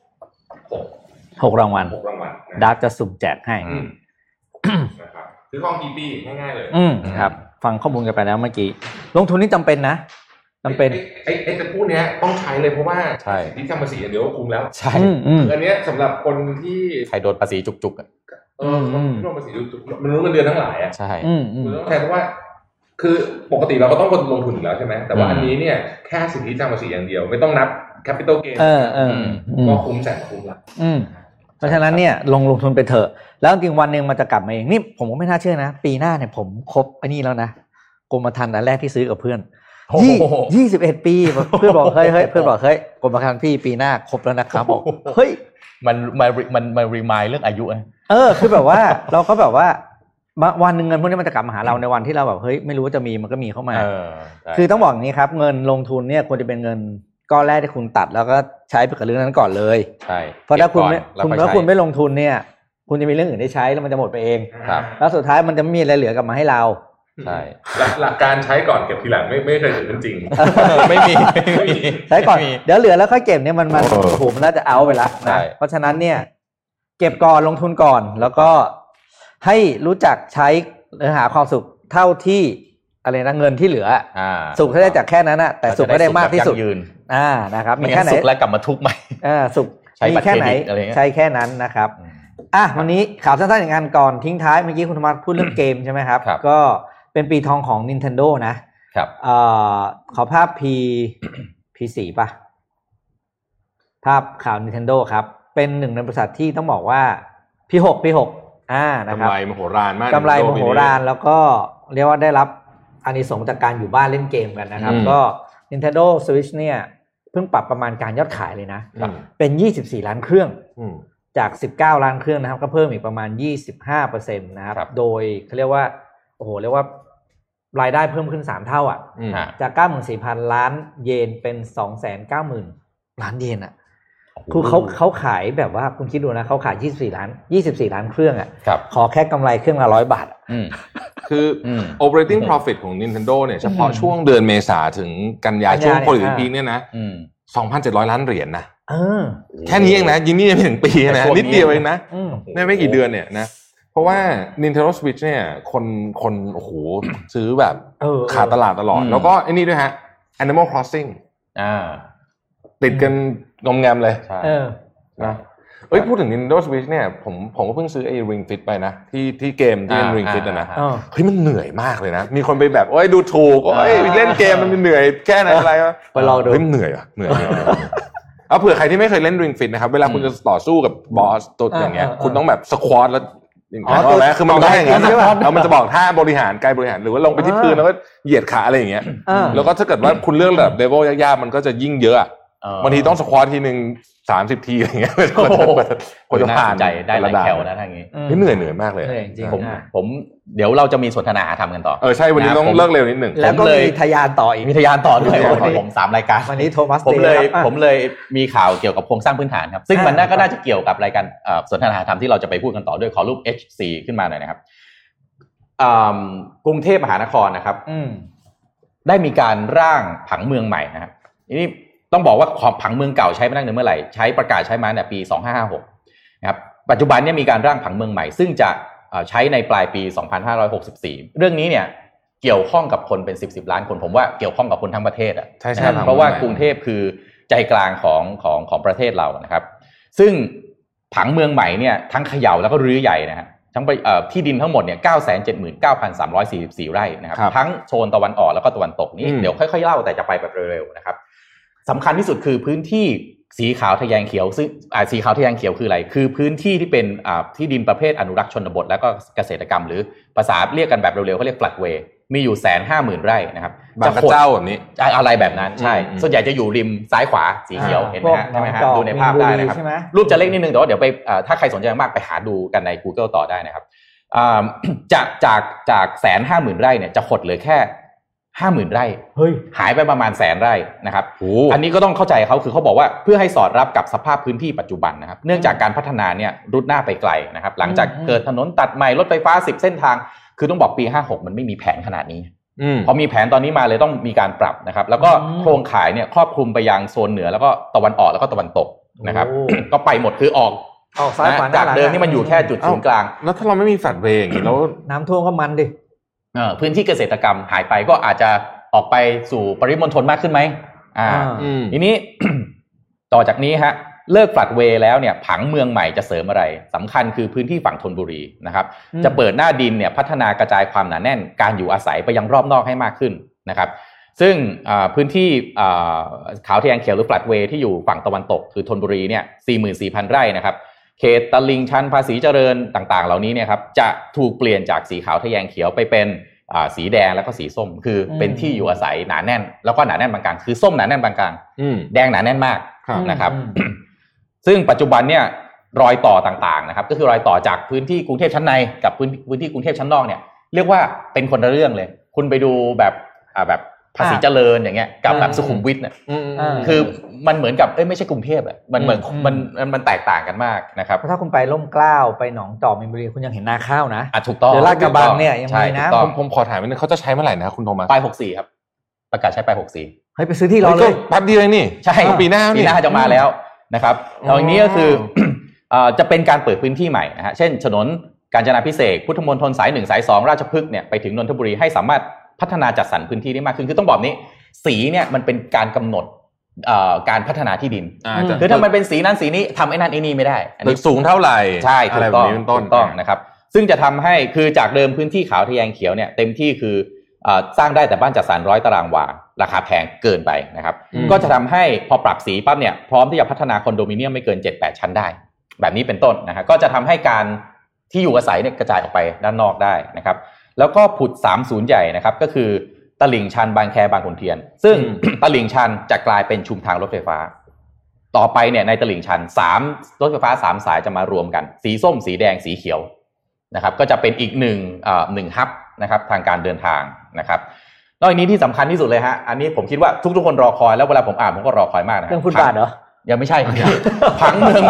C: 6 รางวัลดาร์กจะสุ่มแจกให้
B: นะครับถือครองกี่ปีง่ายๆเลย
C: ครับฟังข้อมูลกันไปแล้วเมื่อกี้ลงทุนนี่จำเป็นนะจำเป็น
B: ไอ้จะพูดเนี้ยต้องใช้เลยเพราะว่าที่ทำภาษีเดี๋ยวก็คุ้มแล้ว
D: ใช่
B: อันเนี้ยสำหรับคนที่
D: ใครโดนภาษีจุก
B: โดนภาษีจุกมันรู้เงินเดือนทั้งหลาย
D: ใช่
B: ต้องใช้เพราะว่าคือปกติเราก็ต้องลงทุนอยู่แล้วใช่ไหมแต่ว่าอันนี้เนี่ยแค่สิทธิจำภาษีอย่างเดียวไม่ต้องนับ capital gain ก็คุ้มแสนคุ้มละ
C: เพราะฉะนั้นเนี่ยลงทุนไปเถอะแล้วจริงวันนึงมันจะกลับมาเองนี่ผมก็ไม่น่าเชื่อนะปีหน้าเนี่ยผมครบไอ้นี่แล้วนะกรมธรรม์อันแรกที่ซื้อกับเพื่อน21 ปีเพื่อนบอกเฮ้ยเพื่อนบอกเฮ้ยกรมธรรม์พี่ปีหน้าครบแล้วนะครับบอกเฮ้ย
D: มันรีมายเรื่องอายุนะ
C: คือแบบว่าเราก็แบบว่าวันนึงเงินพวกนี้มันจะกลับมาหาเราในวันที่เราแบบเฮ้ยไม่รู้ว่าจะมีมันก็มีเข้ามาคือต้องบอกอย่างนี้ครับเงินลงทุนเนี่ยควรจะเป็นเงินก้อนแรกที่คุณตัดแล้วก็ใช้ไปกับเรื่องนั้นก่อนเลย
D: ใช่
C: เพราะถ้าคุณไม่ลงทุนเนี่ยคุณจะมีเรื่องอื่นได้ใช้แล้วมันจะหมดไปเองแล้วสุดท้ายมันจะไม่มีอะไรเหลือกลับมาให้เรา
D: ใช่
B: หลักการใช้ก่อนเก็บทีหลังไม่เคยเกิดขึ้นจริง
D: ไม่มี
C: ใช้ก่อนเดี๋ยวเหลือแล้วค่อยเก็บเนี่ยมันถูกมันน่าจะเอาไปละนะเพราะฉะนั้นเนี่ยเก็บก่อนลงทุนก่อนแล้วก็ให้รู้จักใช้หรือหาความสุขเท่าที่อะไรนะเงินที่เหลือสุขได้จากแค่นั้นนะแต่สุขไม่ได้มากที่สุดนะครับ
D: มีแค่ไหนสุขแล้วกลับมาทุกข์ใหม่
C: สุขมีแค่ไหนใช้แค่นั้นนะครับวันนี้ข่าวสั้นๆอย่างนั้นก่อนทิ้งท้ายเมื่อกี้คุณธรรมพูดเรื่องเกมใช่ไหมครับก็เป็นปีทองของ Nintendo นะครับขอภาพ P4 ป่ะภาพข่าว Nintendo ครับเป็นหนึ่งในบริษัทที่ต้องบอกว่า P6 นะครับ
B: กำไรมโหฬารมาก
C: กำไรมโหฬารแล้วก็เรียกว่าได้รับอานิสงส์จากการอยู่บ้านเล่นเกมกันนะครับก็ Nintendo Switch เนี่ยเพิ่งปรับประมาณการยอดขายเลยนะเป็น24ล้านเครื่องจาก19ล้านเครื่องนะครับก็เพิ่มอีกประมาณ 25% นะครับโดยเขาเรียกว่าโอ้โหเรียกว่ารายได้เพิ่มขึ้น3เท่าจาก 94,000 ล้านเยนเป็น 290,000 ล้านเยนคือเขาขายแบบว่าคุณคิดดูนะเขาขาย24ล้านเครื่องขอแค่กำไรเครื่องละ100 บาท
B: คือ operating profit ของ Nintendo เนี่ยเฉพาะช่วงเดือนเมษาถึงกันยายนช่วงโควิดพีเนี่ยนะ 2,700 ล้านเหรียญนะแค่นี้เองนะยินนี่ยังไม่ถึงปีนะนิดเดียวเองนะไม่กี่เดือนเนี่ยนะเพราะว่า Nintendo Switch เนี่ยคนโอ้โหซื้อแบบขาดตลาดตลอดแล้วก็ไอ้นี่ด้วยฮะ Animal Crossing ติดกันงอมแงมเลยนะพูดถึง Nintendo Switch เนี่ยผมก็เพิ่งซื้อไอ้ Ring Fit ไปนะที่เกมที่เป็น Ring Fit นะเฮ้ยมันเหนื่อยมากเลยนะมีคนไปแบบดูถูกเล่นเกมมันเหนื่อยแค่ไหนอะไรวะ
C: ไปลองดู
B: เหนื่อยเอาเผื่อใครที่ไม่เคยเล่น Ring Fit นะครับเวลาคุณจะต่อสู้กับบอสตัวอย่างเงี้ยคุณต้องแบบสควอตแล้วตัวแรกคือมันได้อย่างนั้นแล้วมันจะบอกท่าบริหารกายบริหารหรือว่าลงไปที่พื้นแล้วก็เหยียดขาอะไรอย่างเงี้ยแล้วก็ถ้าเกิดว่าคุณเลือกแบบเลเวลยากๆมันก็จะยิ่งเยอะบางทีต้องสควอตทีนึง30ทีอะไรเงี้ยคนจะผ่าน
D: ใจได้หลายแถวนะทางนี้
B: เหนื่อยมากเลย
C: จริง
D: ผมเดี๋ยวเราจะมีสนทนาทำกันต่อ
B: ใช่วันนี้ต้องเลิกเร็วนิดนึง
C: แล้วก็มีทะยานต่ออีก
D: มีทะยานต่อด้วยผม3รายการ
C: วันนี้โทมัส
D: ผมเลยมีข่าวเกี่ยวกับโครงสร้างพื้นฐานครับซึ่งมันก็น่าจะเกี่ยวกับรายการสนทนาธรรมที่เราจะไปพูดกันต่อด้วยขอรูป H4 ขึ้นมาหน่อยนะครับกรุงเทพมหานครนะครับได้มีการร่างผังเมืองใหม่นะครับนี่ต้องบอกว่าผังเมืองเก่าใช้มาตั้งแต่เมื่อไหร่ใช้ประกาศใช้มาตั้งแต่ปี2556นะครับปัจจุบันเนี่ยมีการร่างผังเมืองใหม่ซึ่งจะใช้ในปลายปี2564เรื่องนี้เนี่ยเกี่ยวข้องกับคนเป็น10ล้านคนผมว่าเกี่ยวข้องกับคนทั้งประเทศ
B: ใช่
D: เพราะว่ากรุงเทพคือใจกลางของประเทศเรานะครับซึ่งผังเมืองใหม่เนี่ยทั้งเขย่าแล้วก็รื้อใหญ่นะฮะทั้งที่ดินทั้งหมดเนี่ย 979,344 ไร่นะครับทั้งโซนตะวันออกแล้วก็ตะวันตกนี่เดี๋ยวค่อยๆเล่าแต่จะไปแบบเร็วๆนะครับสำคัญที่สุดคือพื้นที่สีขาวทะแยงเขียวซึ่งสีขาวทะแยงเขียวคืออะไรคือพื้นที่ที่เป็นที่ดินประเภทอนุรักษ์ชนบทและก็เกษตรกรรมหรือภาษาเรียกกันแบบเร็วๆเขาเรียก floodway มีอยู่ 150,000 ไร่นะครับ
B: บางกระเจ้าแบบนี้
D: อะไรแบบนั้นใช่ส่วนใหญ่จะอยู่ริมซ้ายขวาสีเขียวเห็นไหมฮะใช่ไหมฮะดูในภาพได้นะครับรูปจะเล็กนิดนึงแต่ว่าเดี๋ยวไปถ้าใครสนใจมากไปหาดูกันใน Google ต่อได้นะครับจาก 150,000 ไร่เนี่ยจะหดเหลือแค่50,000 ไร่หายไปประมาณ100,000 ไร่นะครับอันนี้ก็ต้องเข้าใจเขาคือเขาบอกว่าเพื่อให้สอดรับกับสภาพพื้นที่ปัจจุบันนะครับเนื่องจากการพัฒนาเนี่ยรุดหน้าไปไกลนะครับหลังจากเกิดถนนตัดใหม่รถไฟฟ้า10เส้นทางคือต้องบอกปี56มันไม่มีแผนขนาดนี้พอมีแผนตอนนี้มาเลยต้องมีการปรับนะครับแล้วก็โครงข่ายเนี่ยครอบคลุมไปยังโซนเหนือแล้วก็ตะวันออกแล้วก็ตะวันตกนะครับก็ไปหมดคือออก
C: ซ้ายขวา
D: จากเดิมที่มันอยู่แค่จุดศูนย์กลาง
B: แล้วถ้าเราไม่มีแฟลตเวย์อย่างนี้แล้ว
C: น้ำท่วมก็มันดิ
D: พื้นที่เกษตรกรรมหายไปก็อาจจะออกไปสู่ปริมณฑลมากขึ้นไหมทีนี้ ต่อจากนี้ฮะเลิกแฟลตเวย์แล้วเนี่ยผังเมืองใหม่จะเสริมอะไรสำคัญคือพื้นที่ฝั่งธนบุรีนะครับจะเปิดหน้าดินเนี่ยพัฒนากระจายความหนาแน่นการอยู่อาศัยไปยังรอบนอกให้มากขึ้นนะครับซึ่งพื้นที่ขาวทะแยงเขียวหรือแฟลตเวย์ที่อยู่ฝั่งตะวันตกคือธนบุรีเนี่ย 44,000 ไร่นะครับเขตตลิ่งชันภาษีเจริญต่างๆเหล่านี้เนี่ยครับจะถูกเปลี่ยนจากสีขาวทะแยงเขียวไปเป็นสีแดงแล้วก็สีส้มคือเป็นที่อยู่อาศัยหนาแน่นแล้วก็หนาแน่นปานกลางคือส้มหนาแน่นปานกลางแดงหนาแน่นมากนะครับซึ่งปัจจุบันเนี่ยรอยต่อต่างๆนะครับก็คือรอยต่อจากพื้นที่กรุงเทพชั้นในกับพื้นที่กรุงเทพชั้นนอกเนี่ยเรียกว่าเป็นคนละเรื่องเลยคุณไปดูแบบภาษีเจริญอย่างเงี้ยกับแบบสุขุมวิทเนี่ยคือมันเหมือนกับไม่ใช่กรุงเทพอ่ะมันเหมือนมันแตกต่างกันมากนะครับ
C: ถ้าคุณไปร่มเกล้าไปหนองจอกมีนบุรีคุณยังเห็นนาข้าวนะ
D: ถูกต้อง
C: หรือลาดกระบังเนี่ยยังมีนะ
B: ผมขอถามนิดนึงเขาจะใช้เมื่อไหร่นะคุณโทมัส
D: ปลาย64ครับประกาศใช้ปลาย64
C: ให้ไปซื้อที่รอเลย
B: แป๊บเดียวเองนี่
D: ใช่ปีหน้าจะมาแล้วนะครับตอนนี้ก็คือจะเป็นการเปิดพื้นที่ใหม่นะฮะเช่นถนนกาญจนาภิเษกพุทธมณฑลสาย1สาย2ราชพฤกษ์เนี่ยไปถึงนนทบุรีให้สามารถพัฒนาจัดสรรพื้นที่ได้มากขึ้นคือต้องบอกนี้สีเนี่ยมันเป็นการกำหนดการพัฒนาที่ดินคือถ้ามันเป็นสีนั้นสีนี้ทำไอ้นั่นไอ้นี่ไม่ได้
B: ตึกสูงเท่าไหร่
D: ใช่ถูกต้องนะครับซึ่งจะทำให้คือจากเดิมพื้นที่ขาวทะแยงเขียวเนี่ยเต็มที่คือสร้างได้แต่บ้านจัดสรร100 ตารางวาราคาแพงเกินไปนะครับก็จะทำให้พอปรับสีปั๊บเนี่ยพร้อมที่จะพัฒนาคอนโดมิเนียมไม่เกิน 7-8 ชั้นได้แบบนี้เป็นต้นนะฮะก็จะทำให้การที่อยู่อาศัยเนี่ยกระจายออกไปด้านนอกได้นะครับแล้วก็ผุด3ศูนย์ใหญ่นะครับก็คือตลิ่งชันบางแคบางขุนเทียนซึ่ง ตลิ่งชันจะกลายเป็นชุมทางรถไฟฟ้าต่อไปเนี่ยในตลิ่งชัน3รถไฟฟ้า3สายจะมารวมกันสีส้มสีแดงสีเขียวนะครับก็จะเป็นอีกหนึ่งฮับนะครับทางการเดินทางนะครับนอกจากนี้ที่สำคัญที่สุดเลยฮะอันนี้ผมคิดว่าทุกคนรอคอยแล้วเวลาผมอ่านผมก็รอคอยมากนะ
C: เรื่องฟุตบาทเหรอ
D: ยังไม่ใช่ผังเมือง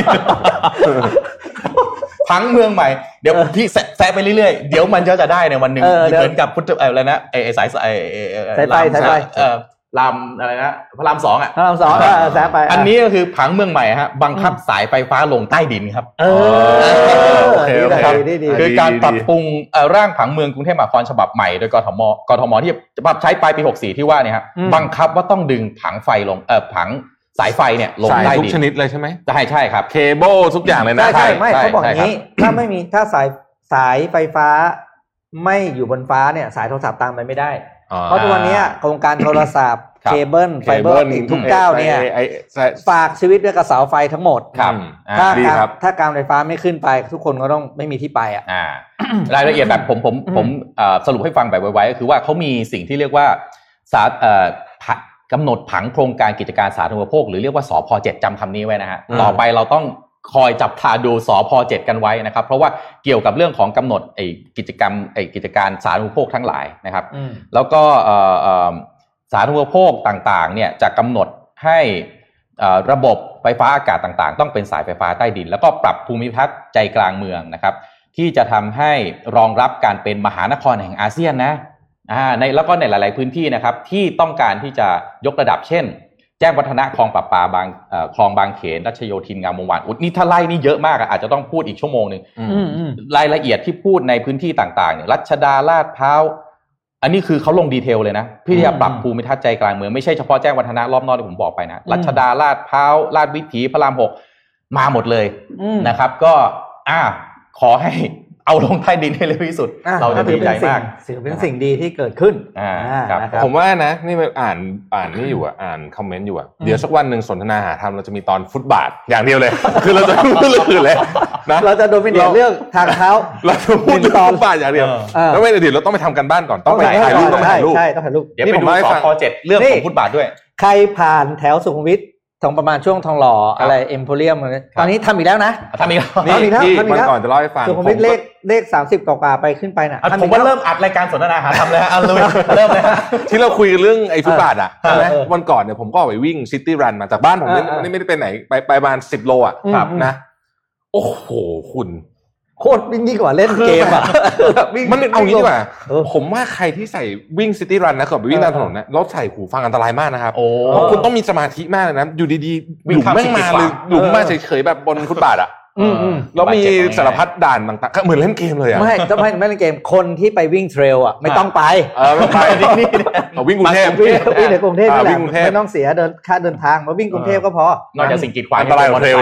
D: พังเมืองใหม่เดี๋ยวพี่แซะไปเรื่อยๆเดี๋ยวมันจะได้ในวันหนึ่งเหมือนกับพุทธอะไรนะไอ้สาย
C: ไฟ
D: รามอะไรนะพระราม2อ่ะ
C: พระราม2แซะไป
D: อันนี้ก็คือผังเมืองใหม่ฮะบังคับสายไฟฟ้าลงใต้ดินครับ
C: โอเคครับ
D: คือการปรับปรุงร่างผังเมืองกรุงเทพมหานครฉบับใหม่โดยกทมที่จะใช้ปลายปี64ที่ว่าเนี่ยครับบังคับว่าต้องดึงผังไฟลงผังสายไฟเนี่ยลงใต้ดิน
B: ทุกชนิดเลยใช่ไหม
D: ใช่ครับ
B: เคเบิลทุกอย่างเลยนะ
C: ใช่ไม่เขาบอกอย่างนี้ถ้าสายไฟฟ้าไม่อยู่บนฟ้าเนี่ยสายโทรศัพท์ตามไปไม่ได้เพราะทุกวันนี้โครงการโทรศัพท์เคเบิลไฟเบอร์ทุกเจ้าเนี่ยฝากชีวิตด้วยกับเสาไฟทั้งหมดถ้าการไฟฟ้าไม่ขึ้นไปทุกคนก็ต้องไม่มีที่ไป
D: รายละเอียดแบบผมสรุปให้ฟังแบบไวๆก็คือว่าเขามีสิ่งที่เรียกว่ากำหนดผังโครงการกิจการสาธารณูปโภคหรือเรียกว่าสพ7จำคำนี้ไว้นะฮะต่อไปเราต้องคอยจับตาดูสพ7กันไว้นะครับเพราะว่าเกี่ยวกับเรื่องของกำหนดกิจการสาธารณูปโภคทั้งหลายนะครับแล้วก็สาธารณูปโภคต่างๆเนี่ยจะกำหนดให้ระบบไฟฟ้าอากาศต่างๆต้องเป็นสายไฟฟ้าใต้ดินแล้วก็ปรับภูมิทัศน์ใจกลางเมืองนะครับที่จะทำให้รองรับการเป็นมหานครแห่งอาเซียนนะแล้วก็ในหลายๆพื้นที่นะครับที่ต้องการที่จะยกระดับเช่นแจ้งวัฒนะคลองประปาคลองบางเขนรัชโยธินงามวงศ์วานนี่ถ้าไล่นี่เยอะมากอาจจะต้องพูดอีกชั่วโมงนึงรายละเอียดที่พูดในพื้นที่ต่างๆเนี่ยรัชดาลาดพร้าวอันนี้คือเขาลงดีเทลเลยนะพี่ที่จะปรับภูมิทัศน์ใจกลางเมืองไม่ใช่เฉพาะแจ้งวัฒนะรอบนอกที่ผมบอกไปนะรัชดาลาดพร้าวลาดวิถีพระราม6มาหมดเลยนะครับก็ขอให้เอาลงใต้ดินให้เร็วที่สุดเราจะดีใจมาก
C: เป็นสิ่งดีที่เกิดขึ้น
B: ผมว่านะนี่มันอ่านนี่อยู่อ่านคอมเมนต์อยู่เดี๋ยวสักวันหนึ่งสนทนาหาธรรมเราจะมีตอนฟุตบาทอย่างเดียวเลยคือเราจะพูดเรื่องอื่นเลยนะ
C: เราจะโดมิเนตเรื่องทางเท้า
B: เราจะพูดเรื่องฟุตบาทอย่างเดียวแล้วไม่เดี๋ยวเราต้องไปทำกันบ้านก่อนต้องไปถ่ายรูป
C: ใช่ต้องถ่ายรูป
D: เดี๋ยวไปดูสพ7เรื่องของฟุตบาทด้วย
C: ใครผ่านแถวสุขุมวิทตรงประมาณช่วงทองหล่ออะไรเอ็มโพเรียมตอนนี้ทำอีกแล้วนะ
D: ทำอีกแล้ว
B: ที่มันก่อนจะเล่าให้ฟัง
C: ผมเลข30กว่าไปขึ้นไปน่ะ
D: ผมว่าเริ่มอัดรายการสนทนาหาทำเลยฮะเริ่มเลยฮะ
B: ที่เราคุยกันเรื่องไอ้ฟุตบาทใช่ไหมวันก่อนเนี่ยผมก็ไปวิ่งซิตี้รันมาจากบ้านผมไม่ได้ไปไหนไปประมาณ10 โลนะโอ้โหคุณ
C: โคตรวิ่งยิ่งกว่าเล่นเกม
B: มันเอางี้ดีกว่าผมว่าใครที่ใส่วิ่งซิตี้รันนะกับไปวิ่งตามถนนนะแล้วใส่หูฟังอันตรายมากนะครับเพราะคุณต้องมีสมาธิมากเลยนะอยู่ดีๆหลุมแม่งมาเลยหลุมมาเฉยๆแบบบนฟุตบาทแล้วมีสารพัดด่านต่างๆเหมือนเล่นเกมเลย
C: ไม่เล่นเกมคนที่ไปวิ่งเทรลไม่ต้องไป
B: ไม่ไปนี่วิ่งกรุงเทพ
C: วิ่งในกรุงเทพนี่แหละไม่ต้องเสียค่าเดินทางมาวิ่งกรุงเทพก็พอน
D: อกจากสิ่งกีดขวาง
B: อันตรายกว่าเทรล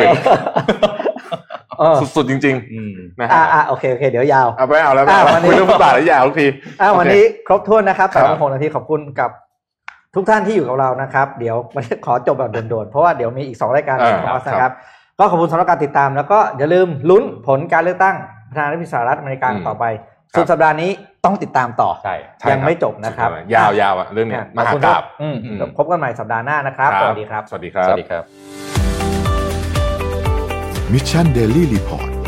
B: สุดๆจริงๆ
C: นะโอเคเดี๋ยวยาว
B: เอาแล้ววันนี้เรื่องฟุตบาทแล้วยาวทุกที
C: วันนี้ครบถ้วนนะครับ6 นาทีขอบคุณกับทุกท่านที่อยู่กับเรานะครับเดี๋ยวขอจบแบบโดนๆเพราะว่าเดี๋ยวมีอีก2 รายการนะครับก็ขอบคุณสำหรับการติดตามแล้วก็อย่าลืมลุ้นผลการเลือกตั้งประธานาธิบดีสหรัฐอเมริกาต่อไปสุดสัปดาห์นี้ต้องติดตามต่อยังไม่จบนะครับ
B: ยาวๆเรื่องนี้มหากาพย์
C: พบกันใหม่สัปดาห์หน้านะครับสวัสดีครับ
B: สวัสดีครับ
A: Mission Daily Report